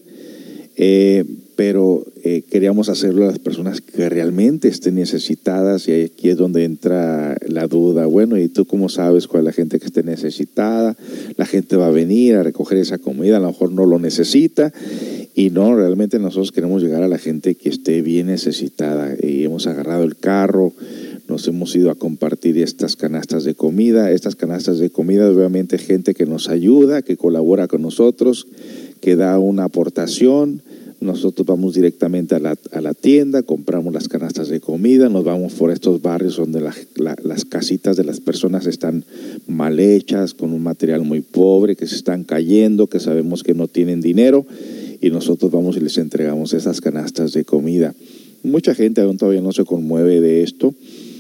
Speaker 1: pero queríamos hacerlo a las personas que realmente estén necesitadas, y aquí es donde entra la duda. Bueno, ¿y tú cómo sabes cuál es la gente que esté necesitada? La gente va a venir a recoger esa comida, a lo mejor no lo necesita, y no, realmente nosotros queremos llegar a la gente que esté bien necesitada, y hemos agarrado el carro, nos hemos ido a compartir estas canastas de comida. Estas canastas de comida, obviamente, gente que nos ayuda, que colabora con nosotros, que da una aportación. Nosotros vamos directamente a la tienda, compramos las canastas de comida, nos vamos por estos barrios donde las casitas de las personas están mal hechas, con un material muy pobre, que se están cayendo, que sabemos que no tienen dinero, y nosotros vamos y les entregamos esas canastas de comida. Mucha gente aún todavía no se conmueve de esto,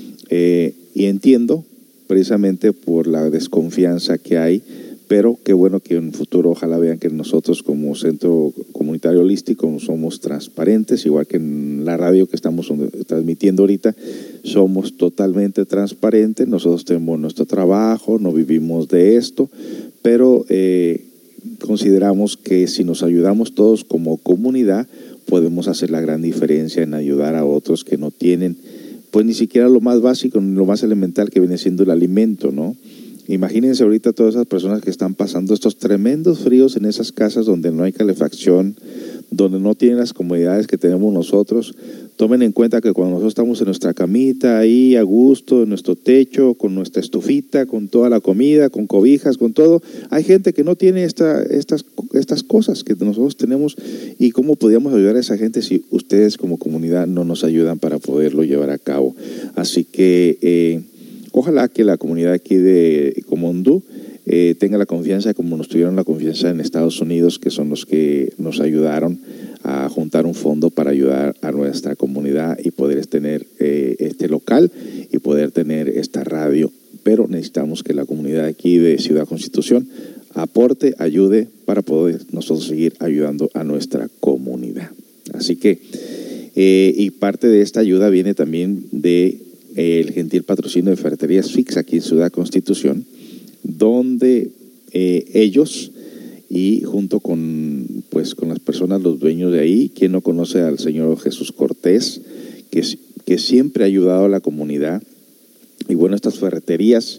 Speaker 1: y entiendo, precisamente por la desconfianza que hay, pero qué bueno que en el futuro ojalá vean que nosotros como Centro Comunitario Holístico somos transparentes, igual que en la radio que estamos transmitiendo ahorita, somos totalmente transparentes. Nosotros tenemos nuestro trabajo, no vivimos de esto, pero consideramos que si nos ayudamos todos como comunidad, podemos hacer la gran diferencia en ayudar a otros que no tienen, pues ni siquiera lo más básico, lo más elemental, que viene siendo el alimento, ¿no? Imagínense ahorita todas esas personas que están pasando estos tremendos fríos en esas casas donde no hay calefacción, donde no tienen las comodidades que tenemos nosotros. Tomen en cuenta que cuando nosotros estamos en nuestra camita, ahí a gusto, en nuestro techo, con nuestra estufita, con toda la comida, con cobijas, con todo, hay gente que no tiene estas cosas que nosotros tenemos. ¿Y cómo podríamos ayudar a esa gente si ustedes como comunidad no nos ayudan para poderlo llevar a cabo? Así que ojalá que la comunidad aquí de Comondú tenga la confianza como nos tuvieron la confianza en Estados Unidos, que son los que nos ayudaron a juntar un fondo para ayudar a nuestra comunidad y poder tener este local y poder tener esta radio. Pero necesitamos que la comunidad aquí de Ciudad Constitución aporte, ayude para poder nosotros seguir ayudando a nuestra comunidad. Así que, y parte de esta ayuda viene también de el gentil patrocinio de Ferreterías Fix aquí en Ciudad Constitución, donde ellos, y junto con las personas, los dueños de ahí, quien no conoce al señor Jesús Cortés, que siempre ha ayudado a la comunidad. Y bueno, estas ferreterías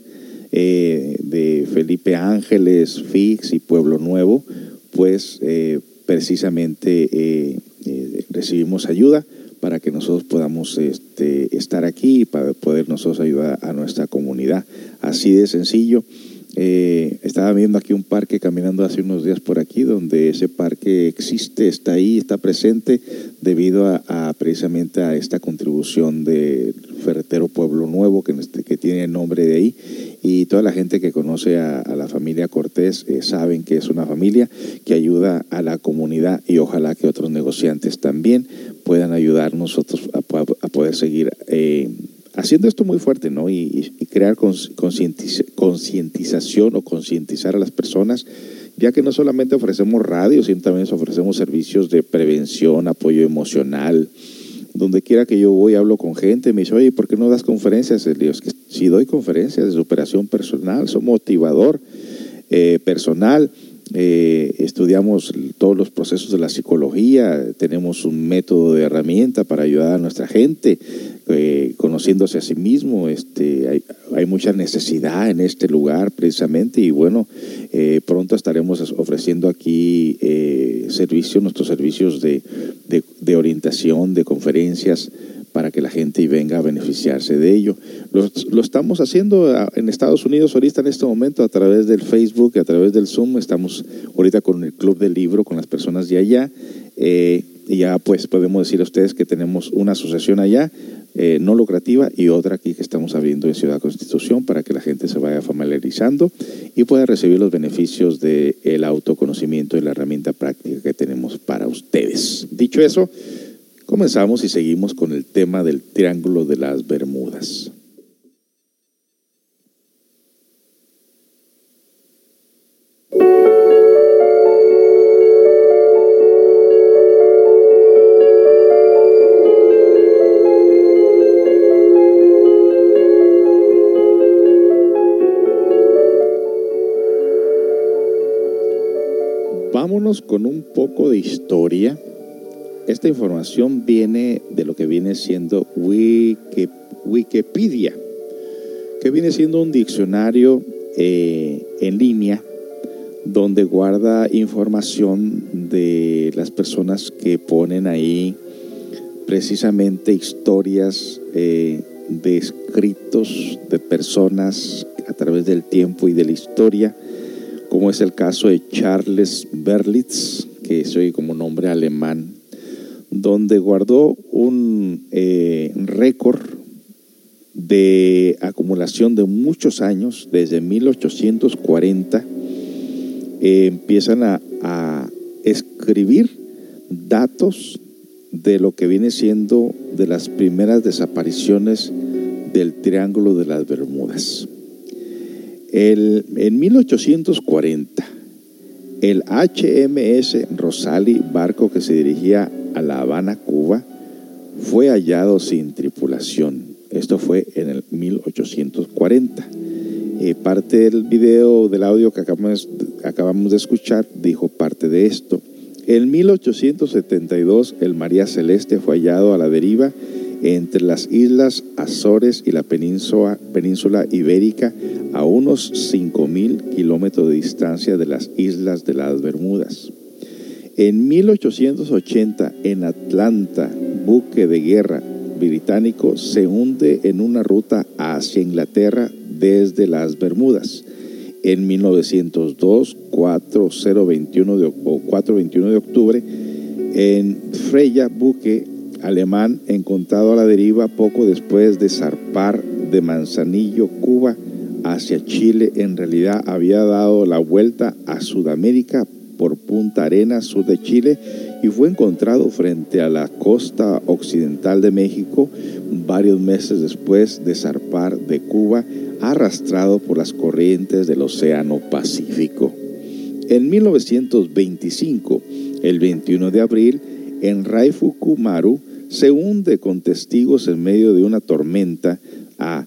Speaker 1: de Felipe Ángeles, Fix y Pueblo Nuevo, pues precisamente recibimos ayuda para que nosotros podamos estar aquí y para poder nosotros ayudar a nuestra comunidad. Así de sencillo. Estaba viendo aquí un parque caminando hace unos días por aquí, donde ese parque existe, está ahí, está presente debido a precisamente a esta contribución de Ferretero Pueblo Nuevo, que tiene el nombre de ahí, y toda la gente que conoce a la familia Cortés saben que es una familia que ayuda a la comunidad, y ojalá que otros negociantes también puedan ayudar nosotros a poder seguir haciendo esto muy fuerte, ¿no? Y crear concientización o concientizar a las personas, ya que no solamente ofrecemos radio, sino también ofrecemos servicios de prevención, apoyo emocional. Donde quiera que yo voy, hablo con gente, me dice, oye, ¿por qué no das conferencias? Les digo, es que si doy conferencias de superación personal, soy motivador personal. Estudiamos todos los procesos de la psicología, tenemos un método de herramienta para ayudar a nuestra gente, conociéndose a sí mismo. Hay mucha necesidad en este lugar precisamente, y bueno, pronto estaremos ofreciendo aquí nuestros servicios de orientación, de conferencias, para que la gente venga a beneficiarse de ello. Lo estamos haciendo en Estados Unidos ahorita en este momento a través del Facebook, a través del Zoom. Estamos ahorita con el Club del Libro, con las personas de allá. y ya pues podemos decir a ustedes que tenemos una asociación allá, no lucrativa, y otra aquí que estamos abriendo en Ciudad Constitución para que la gente se vaya familiarizando y pueda recibir los beneficios del autoconocimiento y la herramienta práctica que tenemos para ustedes. Dicho eso, comenzamos y seguimos con el tema del Triángulo de las Bermudas. Vámonos con un poco de historia. Esta información viene de lo que viene siendo Wikipedia, que viene siendo un diccionario en línea donde guarda información de las personas que ponen ahí precisamente historias de escritos de personas a través del tiempo y de la historia, como es el caso de Charles Berlitz, que se oye como nombre alemán, donde guardó un récord de acumulación de muchos años, desde 1840. Empiezan a escribir datos de lo que viene siendo de las primeras desapariciones del Triángulo de las Bermudas. En 1840, el HMS Rosali, barco que se dirigía a La Habana, Cuba, fue hallado sin tripulación. Esto fue en el 1840. Parte del video, del audio que acabamos de escuchar, dijo parte de esto. En 1872, el María Celeste fue hallado a la deriva entre las islas Azores y la península ibérica, a unos 5,000 kilómetros de distancia de las islas de las Bermudas. En 1880, en Atlanta, buque de guerra británico se hunde en una ruta hacia Inglaterra desde las Bermudas. En 1902, 421 de octubre, en Freya, buque alemán encontrado a la deriva poco después de zarpar de Manzanillo, Cuba, hacia Chile. En realidad había dado la vuelta a Sudamérica por Punta Arenas, sur de Chile, y fue encontrado frente a la costa occidental de México varios meses después de zarpar de Cuba, arrastrado por las corrientes del Océano Pacífico. En 1925, el 21 de abril, en Raifukumaru, se hunde con testigos en medio de una tormenta a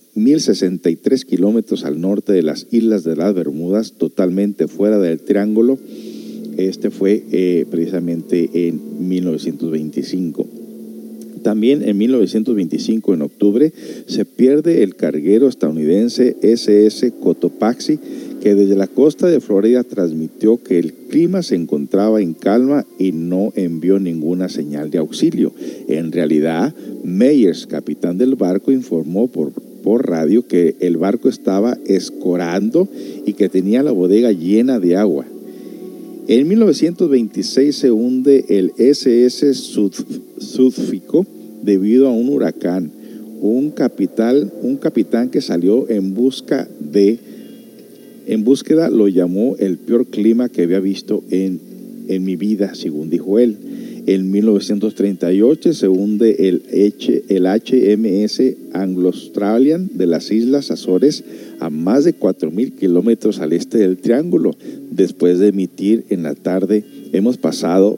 Speaker 1: 1063 kilómetros al norte de las islas de las Bermudas, totalmente fuera del triángulo. Este fue precisamente en 1925. También en 1925, en octubre, se pierde el carguero estadounidense SS Cotopaxi, que desde la costa de Florida transmitió que el clima se encontraba en calma y no envió ninguna señal de auxilio. En realidad, Meyers, capitán del barco, informó por radio que el barco estaba escorando y que tenía la bodega llena de agua. En 1926 se hunde el SS Sudfico debido a un huracán. Un capitán que salió en búsqueda lo llamó el peor clima que había visto en mi vida, según dijo él. En 1938 se hunde el HMS Anglo-Australian de las Islas Azores, a más de 4,000 kilómetros al este del Triángulo. Después de emitir en la tarde, hemos pasado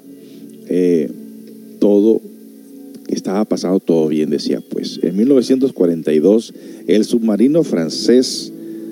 Speaker 1: todo, estaba pasado todo bien, decía pues. En 1942, el submarino francés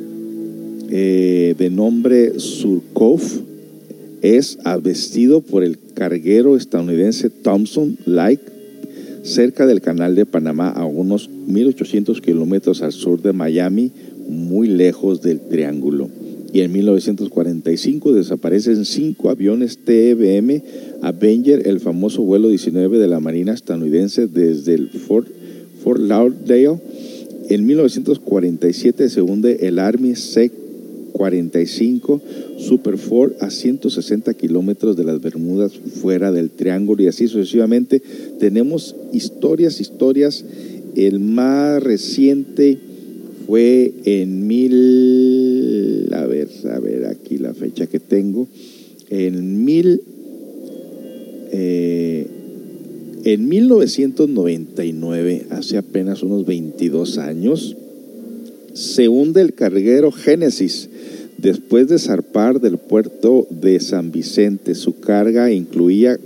Speaker 1: de nombre Surcouf es embestido por el carguero estadounidense Thompson Lake cerca del Canal de Panamá, a unos 1,800 kilómetros al sur de Miami, muy lejos del Triángulo. Y en 1945 desaparecen 5 aviones TBM Avenger, el famoso vuelo 19 de la Marina estadounidense, desde el Fort Lauderdale. En 1947 se hunde el Army 45, Super 4 a 160 kilómetros de las Bermudas fuera del triángulo, y así sucesivamente. Tenemos historias. El más reciente fue en a ver aquí la fecha que tengo, en 1999, hace apenas unos 22 años, se hunde el carguero Génesis después de zarpar del puerto de San Vicente. Su carga incluía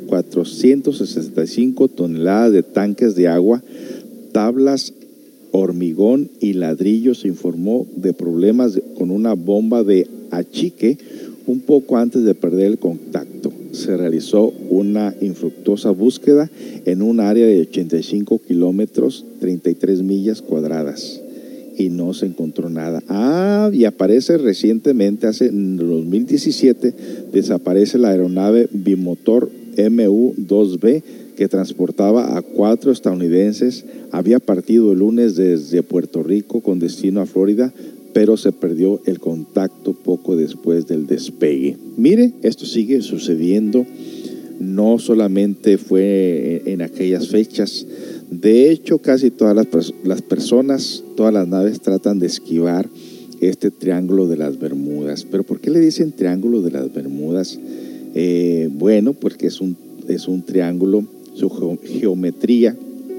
Speaker 1: 465 toneladas de tanques de agua, tablas, hormigón y ladrillos. Se informó de problemas con una bomba de achique un poco antes de perder el contacto. Se realizó una infructuosa búsqueda en un área de 85 kilómetros, 33 millas cuadradas, y no se encontró nada. Y aparece recientemente, en 2017, desaparece la aeronave bimotor MU-2B que transportaba a 4 estadounidenses. Había partido el lunes desde Puerto Rico con destino a Florida, pero se perdió el contacto poco después del despegue. Mire, esto sigue sucediendo, no solamente fue en aquellas fechas. De hecho, casi todas las personas, todas las naves tratan de esquivar este Triángulo de las Bermudas. ¿Pero por qué le dicen Triángulo de las Bermudas? Bueno, porque es un triángulo. Su geometría,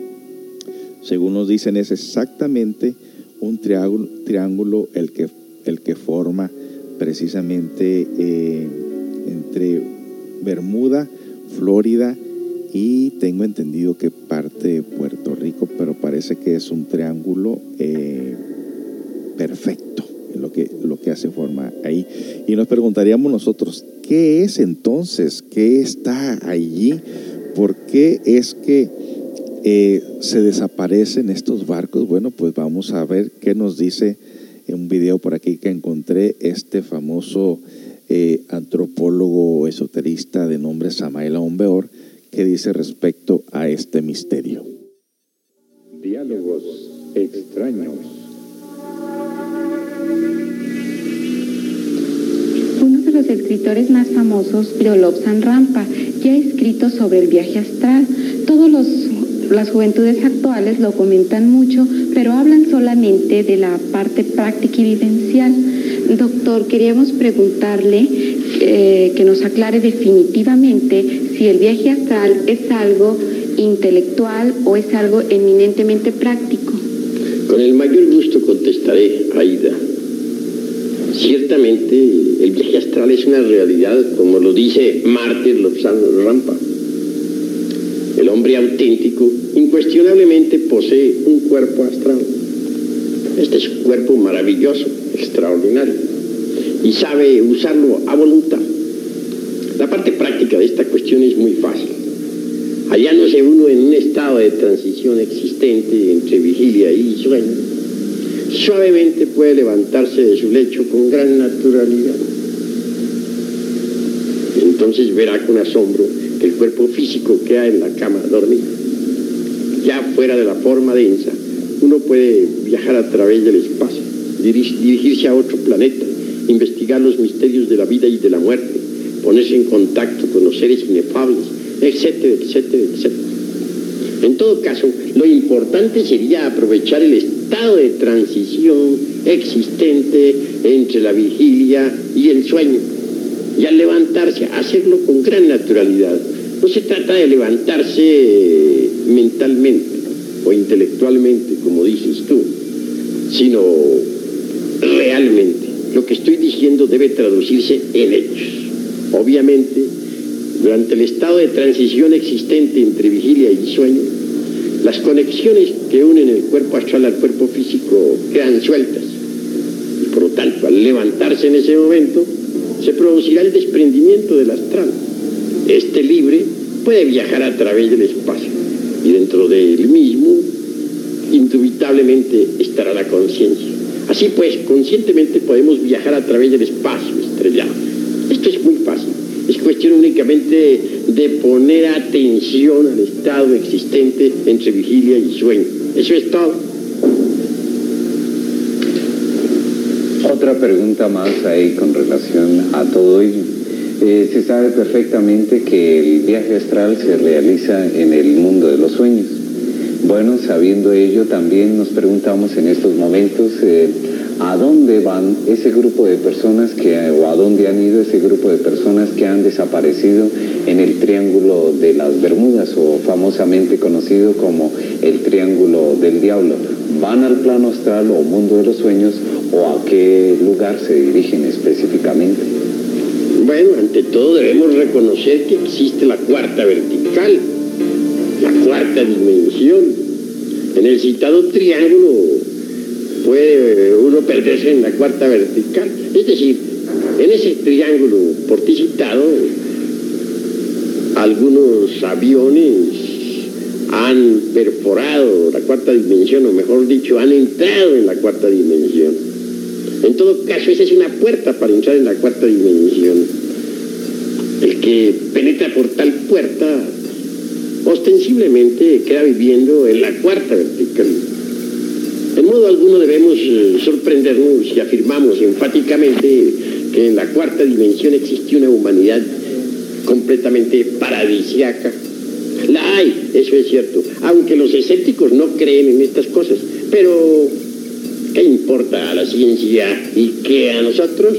Speaker 1: según nos dicen, es exactamente un triángulo el que forma precisamente entre Bermuda, Florida y tengo entendido que parte de Puerto Rico, pero parece que es un triángulo perfecto, lo que hace forma ahí. Y nos preguntaríamos nosotros, ¿qué es entonces? ¿Qué está allí? ¿Por qué es que se desaparecen estos barcos? Bueno, pues vamos a ver qué nos dice en un video por aquí que encontré este famoso antropólogo esoterista de nombre Samael Aun Weor, que dice respecto a este misterio.
Speaker 7: Diálogos extraños.
Speaker 8: Uno de los escritores más famosos, Lobsang Rampa, ya ha escrito sobre el viaje astral. Las juventudes actuales lo comentan mucho, pero hablan solamente de la parte práctica y vivencial. Doctor, queríamos preguntarle que nos aclare definitivamente si el viaje astral es algo intelectual o es algo eminentemente práctico.
Speaker 9: Con el mayor gusto contestaré, Aida. Ciertamente, el viaje astral es una realidad, como lo dice Martin Lobsang Rampa. El hombre auténtico incuestionablemente posee un cuerpo astral. Este es un cuerpo maravilloso, extraordinario, y sabe usarlo a voluntad. La parte práctica de esta cuestión es muy fácil. Hallándose uno en un estado de transición existente entre vigilia y sueño, suavemente puede levantarse de su lecho con gran naturalidad. Entonces verá con asombro que el cuerpo físico queda en la cama dormido. Ya fuera de la forma densa, uno puede viajar a través del espacio, dirigirse a otro planeta, investigar los misterios de la vida y de la muerte, ponerse en contacto con los seres inefables, etcétera, etcétera, etcétera. En todo caso, lo importante sería aprovechar el estado de transición existente entre la vigilia y el sueño, y al levantarse, hacerlo con gran naturalidad. No se trata de levantarse mentalmente o intelectualmente, como dices tú, sino realmente. Lo que estoy diciendo debe traducirse en hechos. Obviamente, durante el estado de transición existente entre vigilia y sueño, las conexiones que unen el cuerpo astral al cuerpo físico quedan sueltas. Y por lo tanto, al levantarse en ese momento, se producirá el desprendimiento del astral. Este libre puede viajar a través del espacio y dentro del mismo, indubitablemente, estará la conciencia. Así pues, conscientemente podemos viajar a través del espacio estrellado. Esto es muy fácil. Es cuestión únicamente de poner atención al estado existente entre vigilia y sueño. Eso es todo.
Speaker 10: Otra pregunta más ahí con relación a todo ello. Se sabe perfectamente que el viaje astral se realiza en el mundo de los sueños. Bueno, sabiendo ello, también nos preguntamos en estos momentos ¿a dónde van ese grupo de personas o a dónde han ido ese grupo de personas que han desaparecido en el Triángulo de las Bermudas, o famosamente conocido como el Triángulo del Diablo? ¿Van al plano astral o mundo de los sueños, o a qué lugar se dirigen específicamente?
Speaker 9: Bueno, ante todo debemos reconocer que existe la cuarta vertical, la cuarta dimensión. En el citado triángulo puede uno perderse en la cuarta vertical. Es decir, en ese triángulo por ti citado, algunos aviones han perforado la cuarta dimensión, o mejor dicho, han entrado en la cuarta dimensión. En todo caso, esa es una puerta para entrar en la cuarta dimensión. El que penetra por tal puerta, ostensiblemente queda viviendo en la cuarta vertical. En modo alguno debemos sorprendernos si afirmamos enfáticamente que en la cuarta dimensión existe una humanidad completamente paradisíaca. La hay, eso es cierto, aunque los escépticos no creen en estas cosas. Pero, ¿qué importa a la ciencia y qué a nosotros?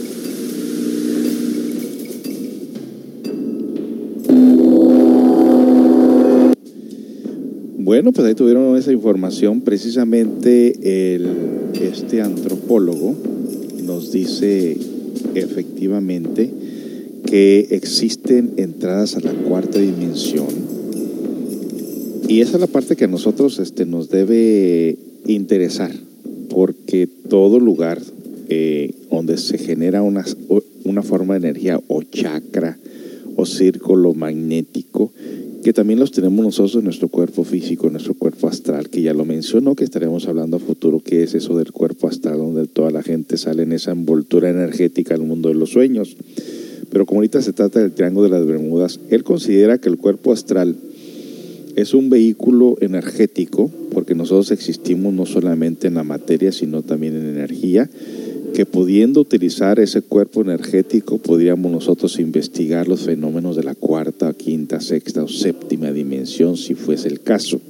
Speaker 1: Bueno, pues ahí tuvieron esa información. Precisamente este antropólogo nos dice efectivamente que existen entradas a la cuarta dimensión, y esa es la parte que a nosotros nos debe interesar, porque todo lugar donde se genera una forma de energía o chakra o círculo magnético, que también los tenemos nosotros en nuestro cuerpo físico, en nuestro cuerpo astral, que ya lo mencionó, que estaremos hablando a futuro, que es eso del cuerpo astral, donde toda la gente sale en esa envoltura energética al mundo de los sueños. Pero como ahorita se trata del Triángulo de las Bermudas, él considera que el cuerpo astral es un vehículo energético, porque nosotros existimos no solamente en la materia, sino también en energía, que pudiendo utilizar ese cuerpo energético, podríamos nosotros investigar los fenómenos de la cuarta, quinta, sexta o séptima dimensión, si fuese el caso.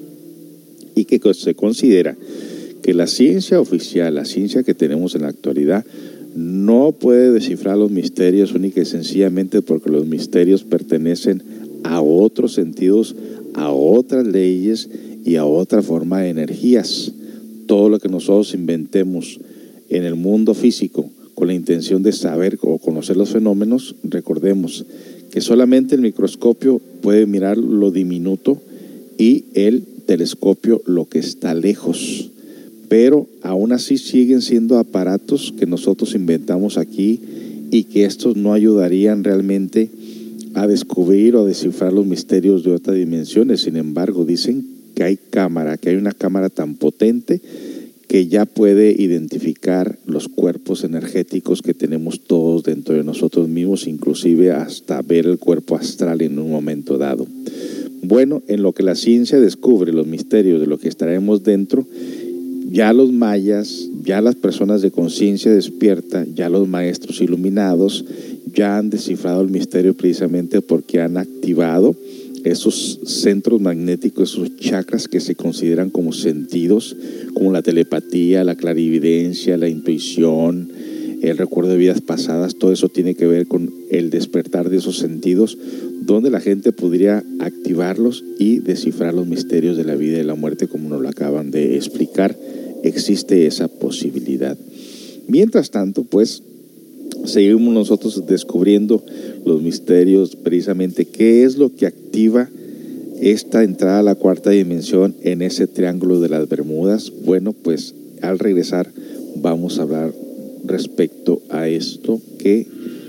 Speaker 1: Y que se considera que la ciencia oficial, la ciencia que tenemos en la actualidad, no puede descifrar los misterios única y sencillamente porque los misterios pertenecen a otros sentidos, a otras leyes y a otra forma de energías. Todo lo que nosotros inventemos en el mundo físico con la intención de saber o conocer los fenómenos, recordemos que solamente el microscopio puede mirar lo diminuto y el telescopio lo que está lejos. Pero aún así siguen siendo aparatos que nosotros inventamos aquí, y que estos no ayudarían realmente a descubrir o a descifrar los misterios de otras dimensiones. Sin embargo, dicen que hay una cámara tan potente que ya puede identificar los cuerpos energéticos que tenemos todos dentro de nosotros mismos, inclusive hasta ver el cuerpo astral en un momento dado. Bueno, en lo que la ciencia descubre los misterios de lo que estaremos dentro, ya los mayas, ya las personas de conciencia despierta, ya los maestros iluminados, ya han descifrado el misterio precisamente porque han activado esos centros magnéticos, esos chakras que se consideran como sentidos, como la telepatía, la clarividencia, la intuición, el recuerdo de vidas pasadas. Todo eso tiene que ver con el despertar de esos sentidos, donde la gente podría activarlos y descifrar los misterios de la vida y la muerte, como nos lo acaban de explicar. Existe esa posibilidad. Mientras tanto, pues, seguimos nosotros descubriendo los misterios, precisamente qué es lo que activa esta entrada a la cuarta dimensión en ese Triángulo de las Bermudas. Bueno, pues al regresar vamos a hablar respecto a esto que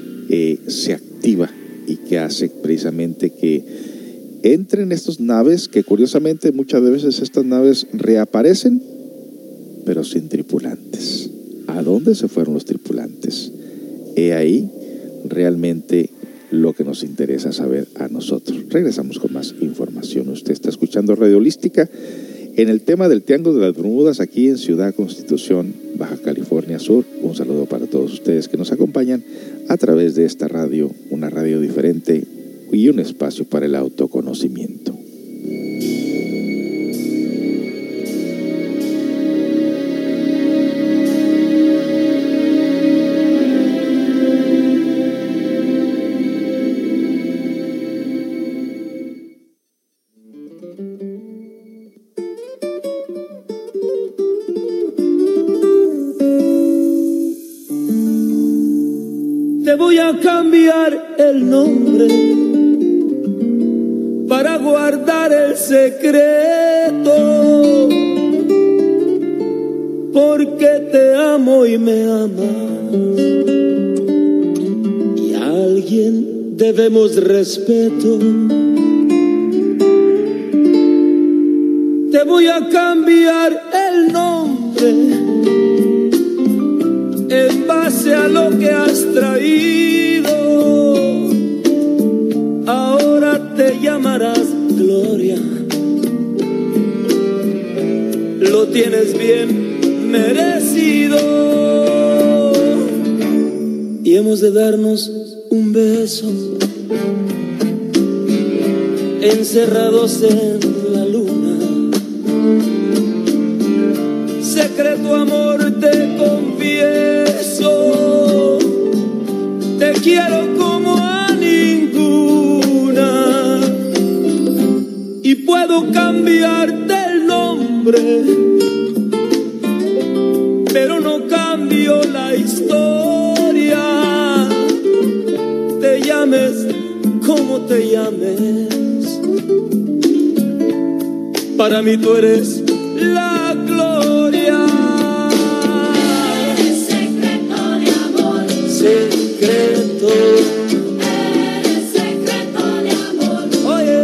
Speaker 1: se activa y que hace precisamente que entren estas naves, que curiosamente muchas veces estas naves reaparecen, pero sin tripulantes. ¿A dónde se fueron los tripulantes? He ahí realmente lo que nos interesa saber a nosotros. Regresamos con más información. Usted está escuchando Radio Holística en el tema del Triángulo de las Bermudas aquí en Ciudad Constitución, Baja California Sur. Un saludo para todos ustedes que nos acompañan a través de esta radio, una radio diferente y un espacio para el autoconocimiento.
Speaker 11: Te voy a cambiar el nombre para guardar el secreto, porque te amo y me amas, y a alguien debemos respeto. Te voy a cambiar el nombre en base a lo que has traído. Ahora te llamarás Gloria. Lo tienes bien merecido. Y hemos de darnos un beso, encerrados en la luna. Secreto amor te confieso, te quiero como a ninguna, y puedo cambiarte el nombre, pero no cambio la historia. Te llames como te llames, para mí tú eres la gloria.
Speaker 12: Eres secreto de amor,
Speaker 11: secreto.
Speaker 12: Eres secreto de amor,
Speaker 11: Oye,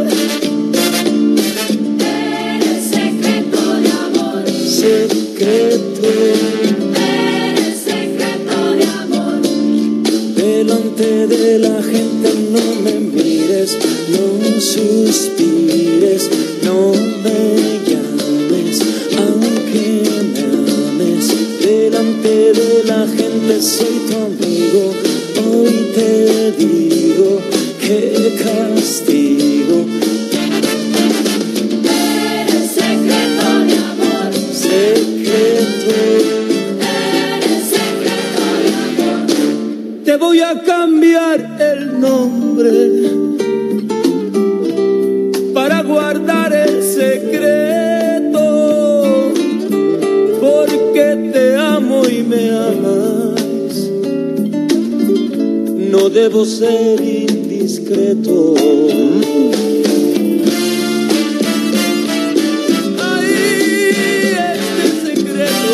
Speaker 12: eres secreto de amor,
Speaker 11: secreto.
Speaker 12: Eres secreto de amor.
Speaker 11: Delante de la gente no me mires, no suspires, no me llames, aunque me ames. Delante de la gente soy tu amigo. Hoy te digo qué castigo.
Speaker 12: Eres secreto de amor,
Speaker 11: Secreto.
Speaker 12: eres secreto de amor.
Speaker 11: Te voy a cambiar el nombre para guardar el secreto, porque te amo y me amas. No debo ser indiscreto. Ay, este secreto.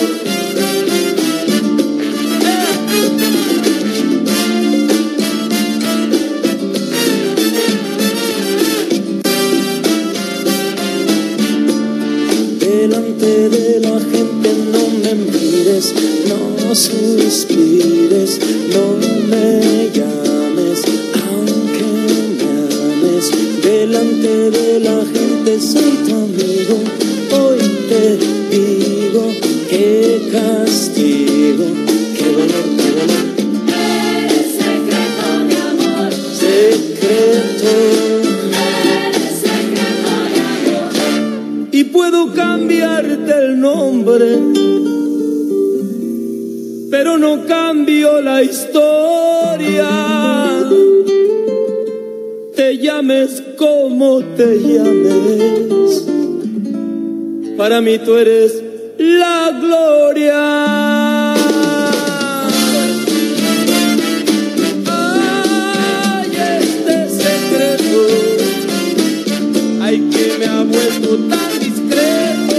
Speaker 11: Delante de la gente no me mires, no suspires, no me llames, aunque me ames. Delante de la gente soy tu amigo. Hoy te digo qué castigo, qué dolor, qué dolor.
Speaker 12: Eres secreto de amor,
Speaker 11: Secreto.
Speaker 12: eres secreto de amor.
Speaker 11: Y puedo cambiarte el nombre, pero no cambio la historia. Te llames como te llames, para mí tú eres la gloria. Ay, este secreto, ay, que me ha vuelto tan discreto.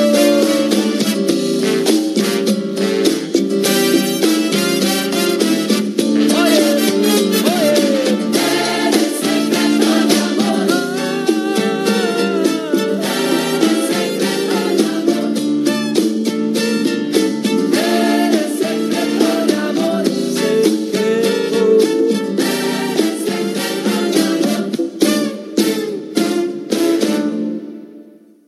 Speaker 11: Oye, oye,
Speaker 12: Eres secreto de amor, eres secreto de amor, eres secreto de amor,
Speaker 11: secreto.
Speaker 12: eres secreto de amor.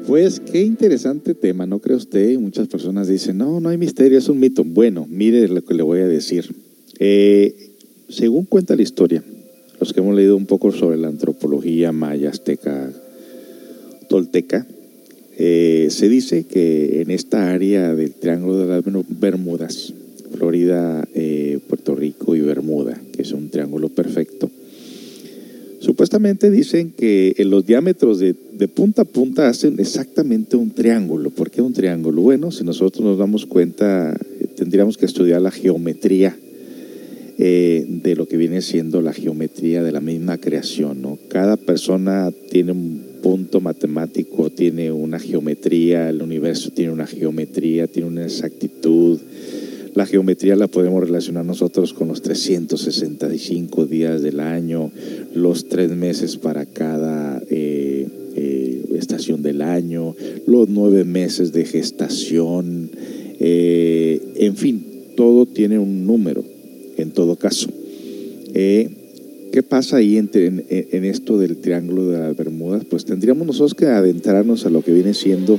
Speaker 1: Pues qué interesante tema, ¿no cree usted? Muchas personas dicen, no, no hay misterio, es un mito. Bueno, mire lo que le voy a decir. Según cuenta la historia, los que hemos leído un poco sobre la antropología maya, azteca, tolteca, se dice que en esta área del Triángulo de las Bermudas, Florida, Puerto Rico y Bermuda, que es un triángulo perfecto, supuestamente dicen que en los diámetros de punta a punta hacen exactamente un triángulo. ¿Por qué un triángulo? Bueno, si nosotros nos damos cuenta, tendríamos que estudiar la geometría de lo que viene siendo la geometría de la misma creación, ¿no? Cada persona tiene un punto matemático, tiene una geometría, el universo tiene una geometría, tiene una exactitud. La geometría la podemos relacionar nosotros con los 365 días del año, los 3 meses para cada estación del año, los 9 meses de gestación, en fin, todo tiene un número, en todo caso. ¿Qué pasa ahí en esto del Triángulo de las Bermudas? Pues tendríamos nosotros que adentrarnos a lo que viene siendo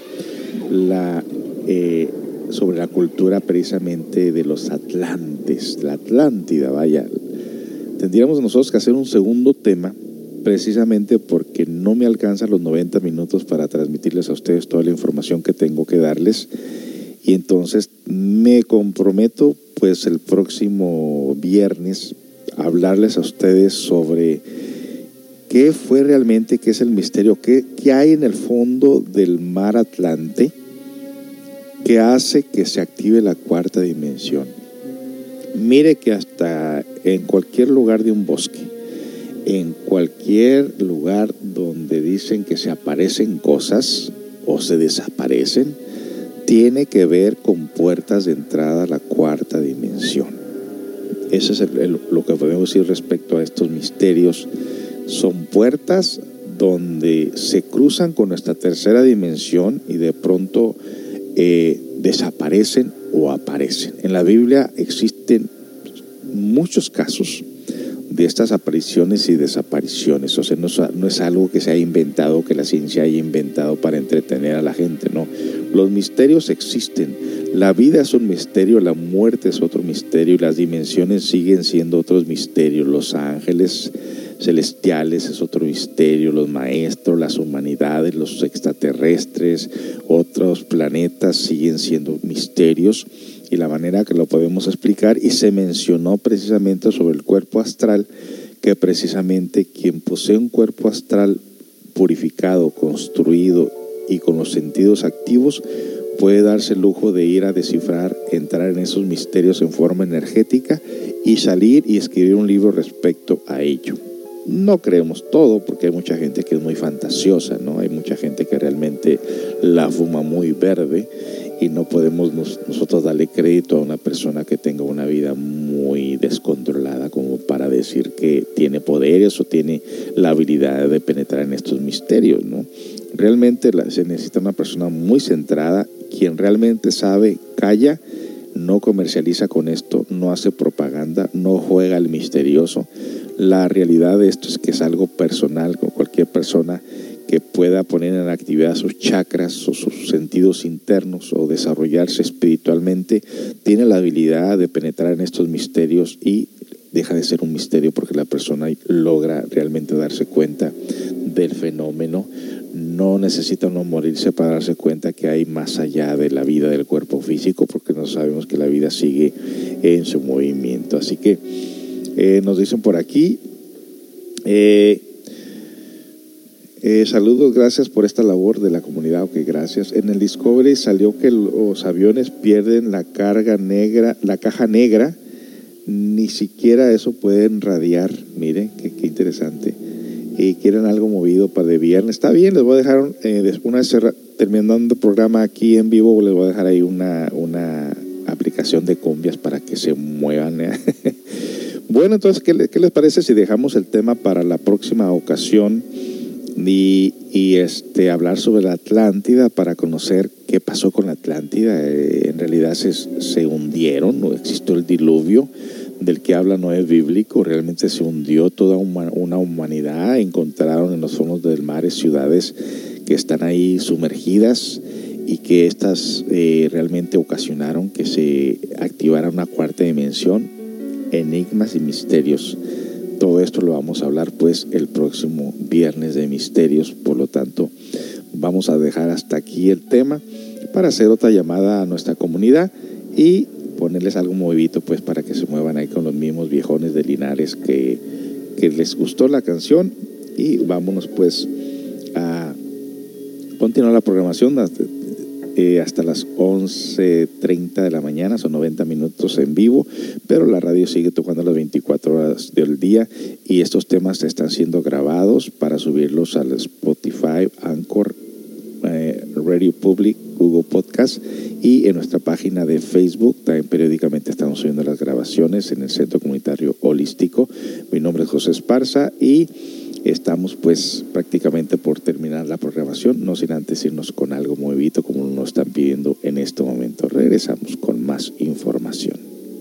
Speaker 1: sobre la cultura precisamente de los atlantes, la Atlántida, vaya. Tendríamos nosotros que hacer un segundo tema, precisamente porque no me alcanzan los 90 minutos para transmitirles a ustedes toda la información que tengo que darles. Y entonces me comprometo, pues el próximo viernes, a hablarles a ustedes sobre qué fue realmente, qué es el misterio, qué hay en el fondo del mar Atlante, que hace que se active la cuarta dimensión. Mire que hasta en cualquier lugar de un bosque, en cualquier lugar donde dicen que se aparecen cosas o se desaparecen, tiene que ver con puertas de entrada a la cuarta dimensión. Eso es lo que podemos decir respecto a estos misterios. Son puertas donde se cruzan con nuestra tercera dimensión y de pronto desaparecen o aparecen. En la Biblia existen muchos casos de estas apariciones y desapariciones. O sea, no es algo que se haya inventado, que la ciencia haya inventado para entretener a la gente, no. Los misterios existen. La vida es un misterio, la muerte es otro misterio y las dimensiones siguen siendo otros misterios. Los ángeles celestiales es otro misterio, los maestros, las humanidades, los extraterrestres, otros planetas siguen siendo misterios, y la manera que lo podemos explicar, y se mencionó precisamente sobre el cuerpo astral, que precisamente quien posee un cuerpo astral purificado, construido y con los sentidos activos, puede darse el lujo de ir a descifrar, entrar en esos misterios en forma energética y salir y escribir un libro respecto a ello. No creemos todo, porque hay mucha gente que es muy fantasiosa, ¿no? Hay mucha gente que realmente la fuma muy verde y no podemos nosotros darle crédito a una persona que tenga una vida muy descontrolada como para decir que tiene poderes o tiene la habilidad de penetrar en estos misterios, ¿no? Realmente se necesita una persona muy centrada, quien realmente sabe, calla, no comercializa con esto, no hace propaganda, no juega al misterioso. La realidad de esto es que es algo personal con cualquier persona que pueda poner en actividad sus chakras o sus sentidos internos o desarrollarse espiritualmente, tiene la habilidad de penetrar en estos misterios y deja de ser un misterio porque la persona logra realmente darse cuenta del fenómeno. No necesita uno morirse para darse cuenta que hay más allá de la vida del cuerpo físico, porque no sabemos que la vida sigue en su movimiento. Así que nos dicen por aquí, saludos, gracias por esta labor de la comunidad. Ok, gracias. En el Discovery salió que los aviones pierden la caja negra, ni siquiera eso pueden radiar. Miren, qué interesante. Y quieren algo movido para de viernes. Está bien, les voy a dejar, una vez terminando el programa aquí en vivo, les voy a dejar ahí una aplicación de cumbias para que se muevan. Bueno, entonces, ¿qué les parece si dejamos el tema para la próxima ocasión y hablar sobre la Atlántida para conocer qué pasó con la Atlántida? En realidad se hundieron, no existió el diluvio del que habla Noé bíblico, realmente se hundió toda una humanidad. Encontraron en los fondos del mar ciudades que están ahí sumergidas y que estas realmente ocasionaron que se activara una cuarta dimensión, enigmas y misterios. Todo esto lo vamos a hablar pues el próximo viernes de misterios, por lo tanto vamos a dejar hasta aquí el tema para hacer otra llamada a nuestra comunidad y ponerles algo movidito pues para que se muevan ahí con los mismos viejones de Linares que les gustó la canción. Y vámonos pues a continuar la programación hasta las 11:30 de la mañana, son 90 minutos en vivo, pero la radio sigue tocando las 24 horas del día y estos temas están siendo grabados para subirlos al Spotify, Anchor, Radio Public, Google Podcast y en nuestra página de Facebook. También periódicamente estamos subiendo las grabaciones en el Centro Comunitario Holístico. Mi nombre es José Esparza y estamos pues prácticamente por terminar la programación, no sin antes irnos con algo movidito como nos están pidiendo en este momento. Regresamos con más información.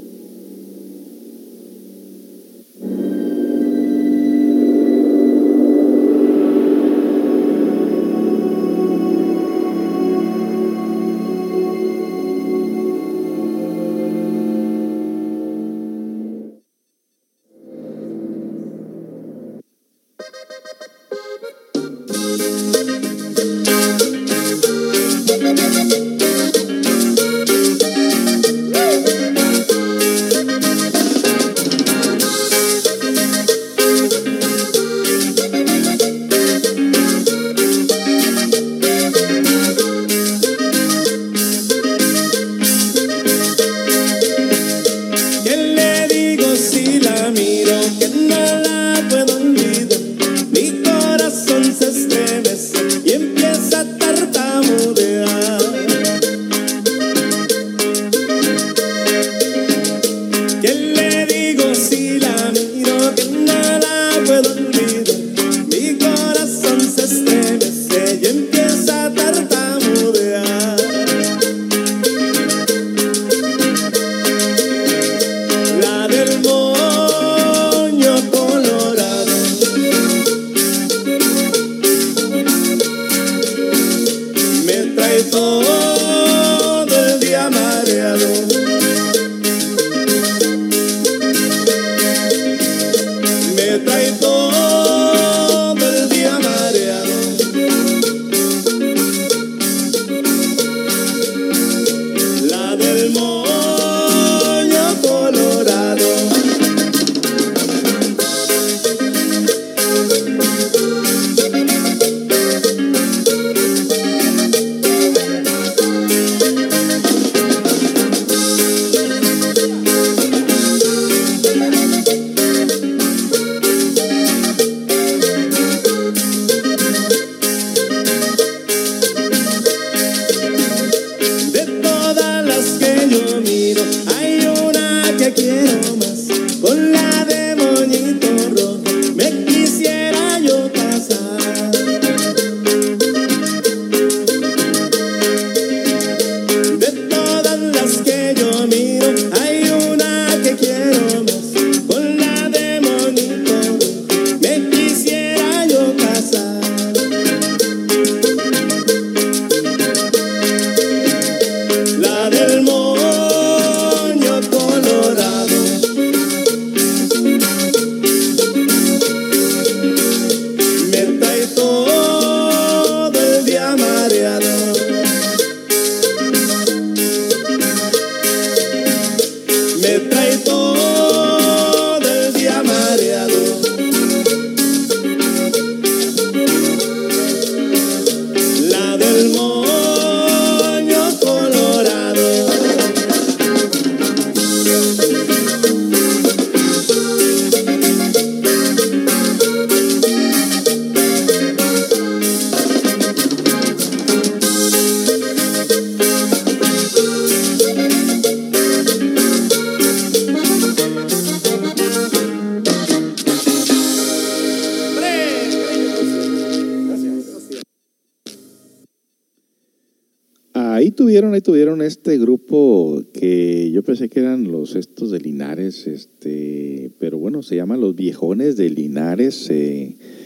Speaker 1: Ahí tuvieron este grupo que yo pensé que eran estos de Linares, pero bueno, se llaman los Viejones de Linares.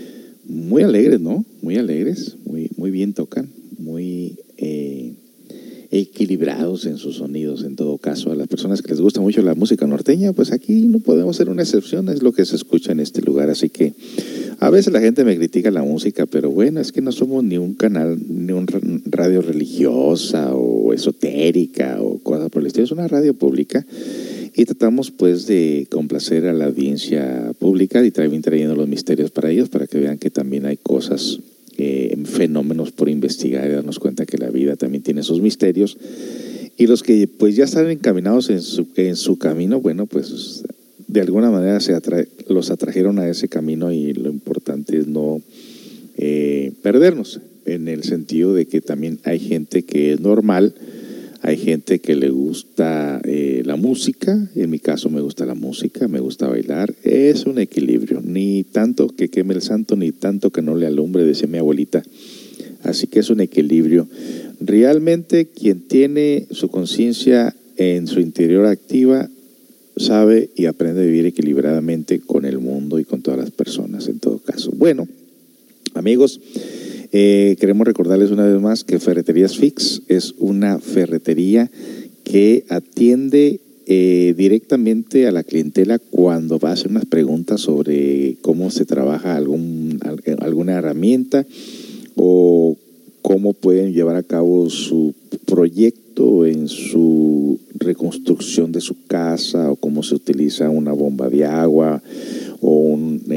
Speaker 1: muy alegres, ¿no? Muy alegres, muy bien tocan, muy equilibrados en sus sonidos. En todo caso, a las personas que les gusta mucho la música norteña, pues aquí no podemos ser una excepción, es lo que se escucha en este lugar. Así que a veces la gente me critica la música, pero bueno, es que no somos ni un canal, ni un radio religiosa o esotérica o cosas por el estilo. Es una radio pública y tratamos pues de complacer a la audiencia pública y también trayendo los misterios para ellos, para que vean que también hay cosas, fenómenos por investigar y darnos cuenta que la vida también tiene sus misterios. Y los que pues ya están encaminados en su camino, bueno, pues de alguna manera los atrajeron a ese camino, y lo importante es no perdernos, en el sentido de que también hay gente que es normal, hay gente que le gusta la música. En mi caso me gusta la música, me gusta bailar. Es un equilibrio, ni tanto que queme el santo, ni tanto que no le alumbre, decía mi abuelita. Así que es un equilibrio. Realmente quien tiene su conciencia en su interior activa sabe y aprende a vivir equilibradamente con el mundo y con todas las personas, en todo caso. Bueno, amigos, queremos recordarles una vez más que Ferreterías Fix es una ferretería que atiende directamente a la clientela cuando va a hacer unas preguntas sobre cómo se trabaja alguna herramienta o cómo pueden llevar a cabo su proyecto en su reconstrucción de su casa, o cómo se utiliza una bomba de agua o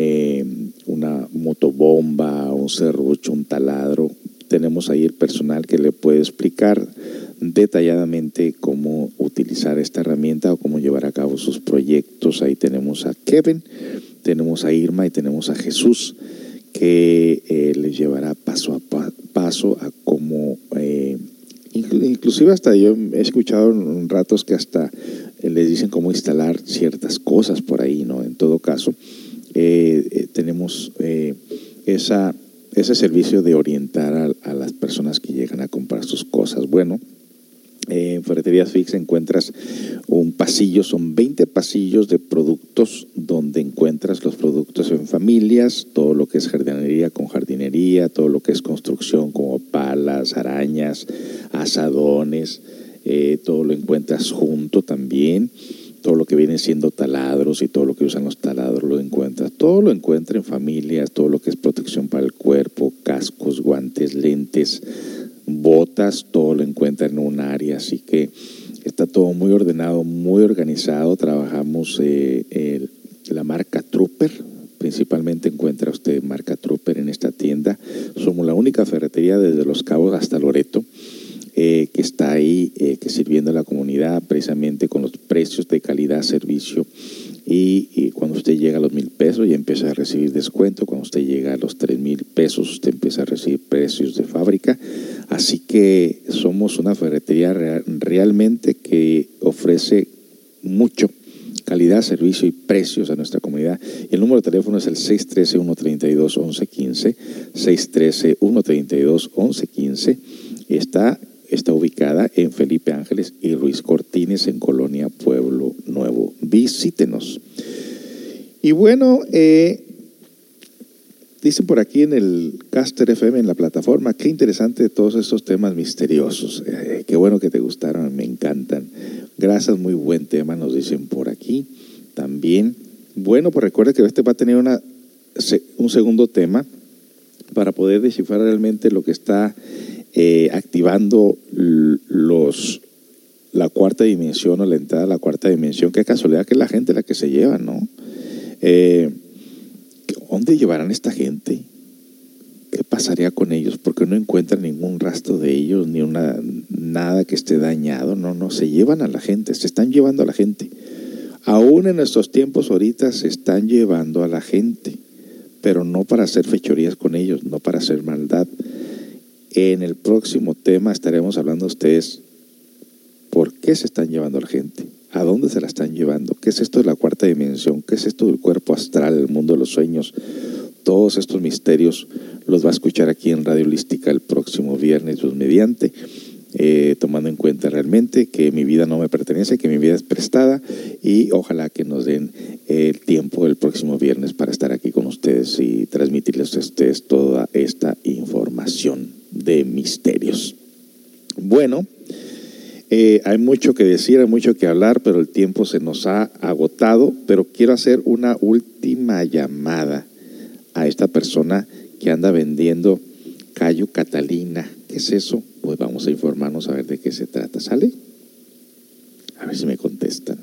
Speaker 1: una motobomba, un serrucho, un taladro. Tenemos ahí el personal que le puede explicar detalladamente cómo utilizar esta herramienta o cómo llevar a cabo sus proyectos. Ahí tenemos a Kevin, tenemos a Irma y tenemos a Jesús, que les llevará paso a paso a cómo, inclusive hasta yo he escuchado en ratos que hasta les dicen cómo instalar ciertas cosas por ahí, ¿no? En todo caso, tenemos ese servicio de orientar a las personas que llegan a comprar sus cosas. Bueno, en Ferreterías Fix encuentras un pasillo, son 20 pasillos de productos donde encuentras los productos en familias, todo lo que es jardinería con jardinería, todo lo que es construcción como palas, arañas, asadones, todo lo encuentras junto también. Todo lo que viene siendo taladros y todo lo que usan los taladros lo encuentras. Todo lo encuentra en familias, todo lo que es protección para el cuerpo, cascos, guantes, lentes, botas, todo lo encuentra en un área. Así que está todo muy ordenado, muy organizado. Trabajamos la marca Trooper. Principalmente encuentra usted marca Trooper en esta tienda. Somos la única ferretería desde Los Cabos hasta Loreto que está ahí, que sirviendo a la comunidad precisamente con los precios de calidad, servicio, y cuando usted llega a los 1,000 pesos ya empieza a recibir descuento. Cuando usted llega a los 3,000 pesos usted empieza a recibir precios de fábrica. Así que somos una ferretería realmente que ofrece mucho calidad, servicio y precios a nuestra comunidad. El número de teléfono es el 613-132-1115, 613-132-1115. Está ubicada en Felipe Ángeles y Ruiz Cortines, en Colonia Pueblo Nuevo. Visítenos. Y bueno, dicen por aquí en el Caster FM, en la plataforma, qué interesante todos estos temas misteriosos. Qué bueno que te gustaron, me encantan. Gracias, muy buen tema, nos dicen por aquí también. Bueno, pues recuerda que este va a tener un segundo tema para poder descifrar realmente lo que está activando la cuarta dimensión, o la entrada a la cuarta dimensión. Qué casualidad que es la gente la que se lleva, ¿no? ¿Dónde llevarán esta gente? ¿Qué pasaría con ellos? Porque no encuentran ningún rastro de ellos, ni nada que esté dañado. No, se llevan a la gente, se están llevando a la gente. Aún en estos tiempos ahorita se están llevando a la gente, pero no para hacer fechorías con ellos, no para hacer maldad. En el próximo tema estaremos hablando a ustedes por qué se están llevando a la gente, a dónde se la están llevando, qué es esto de la cuarta dimensión, qué es esto del cuerpo astral, el mundo de los sueños. Todos estos misterios los va a escuchar aquí en Radio Holística el próximo viernes, Dios mediante, tomando en cuenta realmente que mi vida no me pertenece, que mi vida es prestada, y ojalá que nos den el tiempo el próximo viernes para estar aquí con ustedes y transmitirles a ustedes toda esta información de misterios. Bueno, hay mucho que decir, hay mucho que hablar, pero el tiempo se nos ha agotado. Pero quiero hacer una última llamada a esta persona que anda vendiendo Cayo Catalina. ¿Qué es eso? Pues vamos a informarnos a ver de qué se trata. ¿Sale? A ver si me contestan.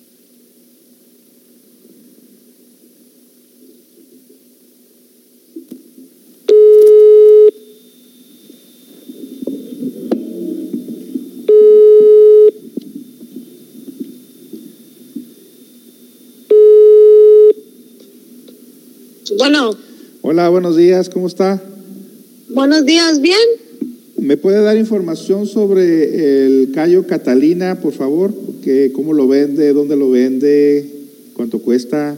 Speaker 13: Bueno.
Speaker 14: Hola, buenos días, ¿cómo está?
Speaker 13: Buenos días, ¿bien?
Speaker 14: ¿Me puede dar información sobre el Cayo Catalina, por favor? ¿Cómo lo vende? ¿Dónde lo vende? ¿Cuánto cuesta?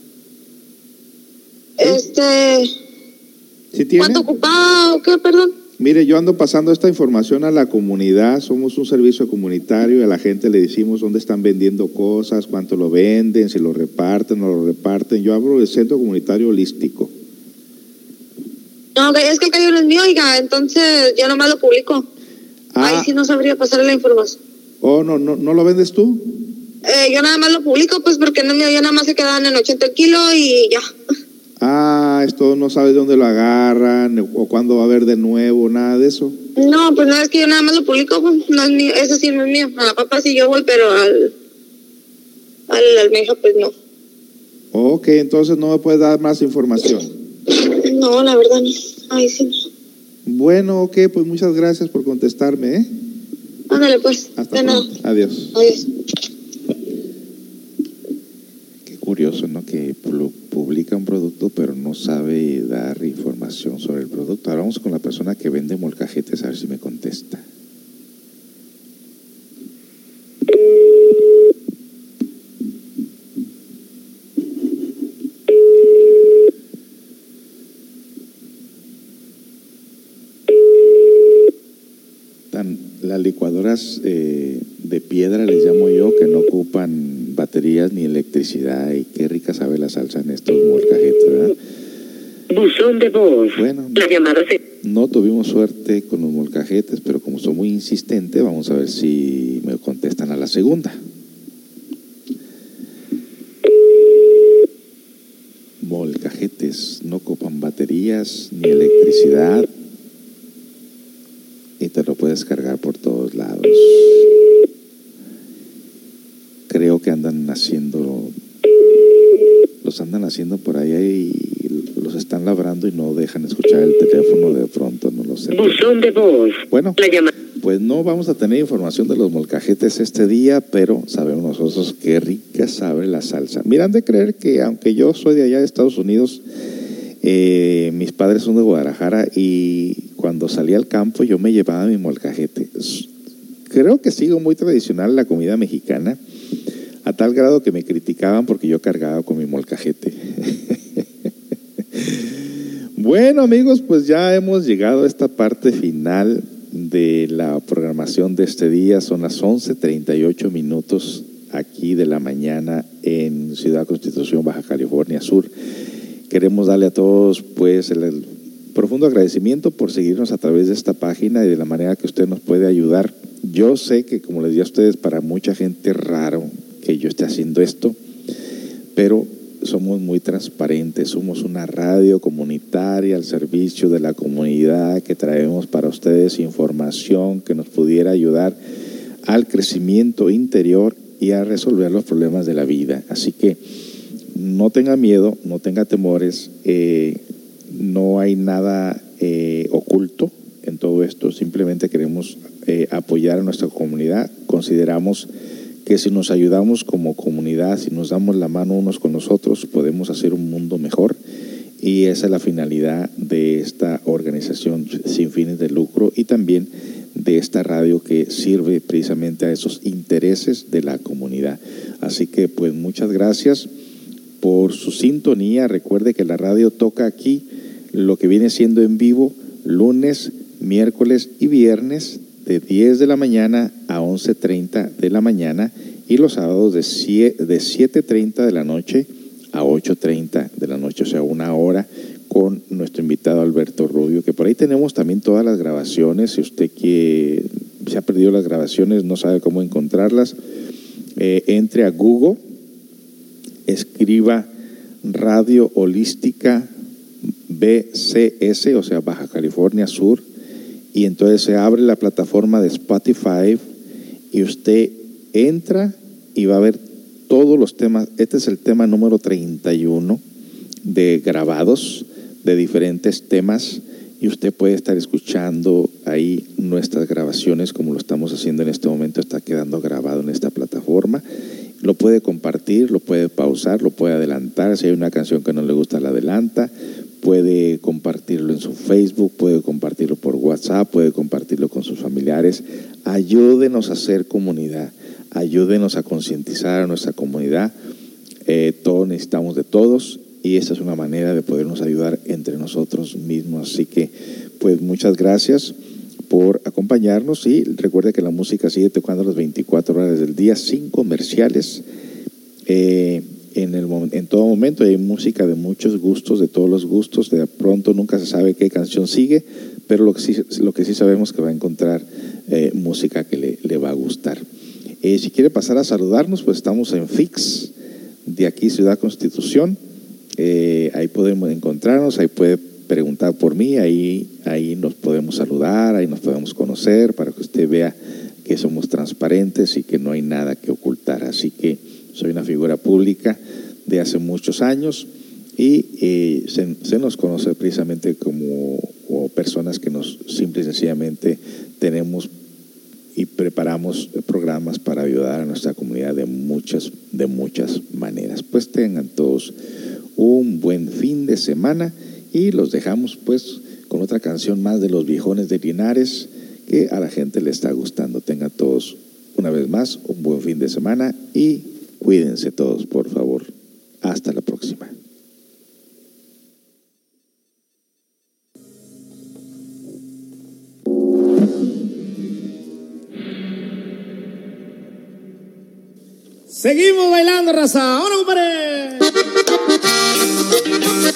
Speaker 14: ¿Sí tiene?
Speaker 13: ¿Cuánto ocupado? ¿Qué, perdón?
Speaker 14: Mire, yo ando pasando esta información a la comunidad. Somos un servicio comunitario y a la gente le decimos dónde están vendiendo cosas, cuánto lo venden, si lo reparten o no lo reparten. Yo hablo del centro comunitario holístico.
Speaker 13: No, es que el Cayo no es mío, oiga, entonces yo nomás lo publico. Ahí sí no sabría pasarle la información.
Speaker 14: Oh, ¿no lo vendes tú?
Speaker 13: Yo nada más lo publico, pues porque no es mío, yo nada más se quedan en 80 el kilo y ya.
Speaker 14: Esto no sabes dónde lo agarran o cuándo va a haber de nuevo, nada de eso.
Speaker 13: No, pues no, es que yo nada más lo publico, pues no es mío, eso sí no es mío. A la papa sí yo voy, pero al almeja pues no.
Speaker 14: Ok, entonces no me puedes dar más información.
Speaker 13: No, la verdad no. Ay, sí.
Speaker 14: Bueno, ok, pues muchas gracias por contestarme, ¿eh?
Speaker 13: Ándale pues.
Speaker 14: Hasta pronto. Adiós.
Speaker 13: Adiós.
Speaker 1: Qué curioso, ¿no? Que publica un producto pero no sabe dar información sobre el producto. Ahora vamos con la persona que vende molcajetes a ver si me contesta. Las licuadoras de piedra, les llamo yo, que no ocupan baterías ni electricidad, y qué rica sabe la salsa en estos molcajetes, ¿verdad?
Speaker 5: Buzón de voz.
Speaker 1: Bueno,
Speaker 5: la llamada
Speaker 1: no tuvimos suerte con los molcajetes, pero como soy muy insistente, vamos a ver si me contestan a la segunda. Molcajetes no ocupan baterías ni electricidad y te lo puedes cargar por todos lados. Creo que los andan haciendo por ahí y los están labrando y no dejan escuchar el teléfono de pronto, no lo sé.
Speaker 5: Buzón de voz.
Speaker 1: Bueno, pues no vamos a tener información de los molcajetes este día, pero sabemos nosotros qué rica sabe la salsa. Mira, han de creer que aunque yo soy de allá de Estados Unidos, mis padres son de Guadalajara y cuando salía al campo yo me llevaba mi molcajete. Creo que sigo muy tradicional la comida mexicana, a tal grado que me criticaban porque yo cargaba con mi molcajete. Bueno, amigos, pues ya hemos llegado a esta parte final de la programación de este día. Son las 11:38 aquí de la mañana en Ciudad Constitución, Baja California Sur. Queremos darle a todos pues el profundo agradecimiento por seguirnos a través de esta página y de la manera que usted nos puede ayudar. Yo sé que, como les dije a ustedes, para mucha gente es raro que yo esté haciendo esto, pero somos muy transparentes, somos una radio comunitaria al servicio de la comunidad, que traemos para ustedes información que nos pudiera ayudar al crecimiento interior y a resolver los problemas de la vida. Así que no tenga miedo, no tenga temores, no hay nada oculto en todo esto, simplemente queremos apoyar a nuestra comunidad. Consideramos que si nos ayudamos como comunidad, si nos damos la mano unos con los otros, podemos hacer un mundo mejor, y esa es la finalidad de esta organización sin fines de lucro y también de esta radio, que sirve precisamente a esos intereses de la comunidad. Así que pues muchas gracias por su sintonía. Recuerde que la radio toca aquí lo que viene siendo en vivo lunes, miércoles y viernes de 10 de la mañana a 11:30 de la mañana, y los sábados de 7:30 de la noche 8:30 de la noche, o sea, 1 hora, con nuestro invitado Alberto Rubio, que por ahí tenemos también todas las grabaciones. Si usted se ha perdido las grabaciones, no sabe cómo encontrarlas, entre a Google, escriba Radio Holística BCS, o sea, Baja California Sur, y entonces se abre la plataforma de Spotify y usted entra y va a ver todos los temas. Este es el tema número 31 de grabados de diferentes temas, y usted puede estar escuchando ahí nuestras grabaciones como lo estamos haciendo en este momento. Está quedando grabado en esta plataforma. Lo puede compartir, lo puede pausar, lo puede adelantar. Si hay una canción que no le gusta, la adelanta. Puede compartirlo en su Facebook, puede compartirlo por WhatsApp, puede compartirlo con sus familiares. Ayúdenos a hacer comunidad, ayúdenos a concientizar a nuestra comunidad. Todos necesitamos de todos, y esta es una manera de podernos ayudar entre nosotros mismos. Así que, pues, muchas gracias por acompañarnos, y recuerde que la música sigue tocando las 24 horas del día, sin comerciales. En todo momento hay música de muchos gustos, de todos los gustos. De pronto nunca se sabe qué canción sigue, pero lo que sí sabemos es que va a encontrar música que le va a gustar. Si quiere pasar a saludarnos, pues estamos en Fix, de aquí Ciudad Constitución. Ahí podemos encontrarnos, ahí puede preguntar por mí, ahí nos podemos saludar, ahí nos podemos conocer, para que usted vea que somos transparentes y que no hay nada que ocultar. Así que soy una figura pública de hace muchos años, y se nos conoce precisamente como personas que simple y sencillamente tenemos y preparamos programas para ayudar a nuestra comunidad de muchas maneras. Pues tengan todos un buen fin de semana, y los dejamos pues con otra canción más de los Viejones de Linares, que a la gente le está gustando. Tengan todos una vez más un buen fin de semana, y cuídense todos, por favor. Hasta la próxima.
Speaker 4: Seguimos bailando, raza. ¡Ahora, compadre!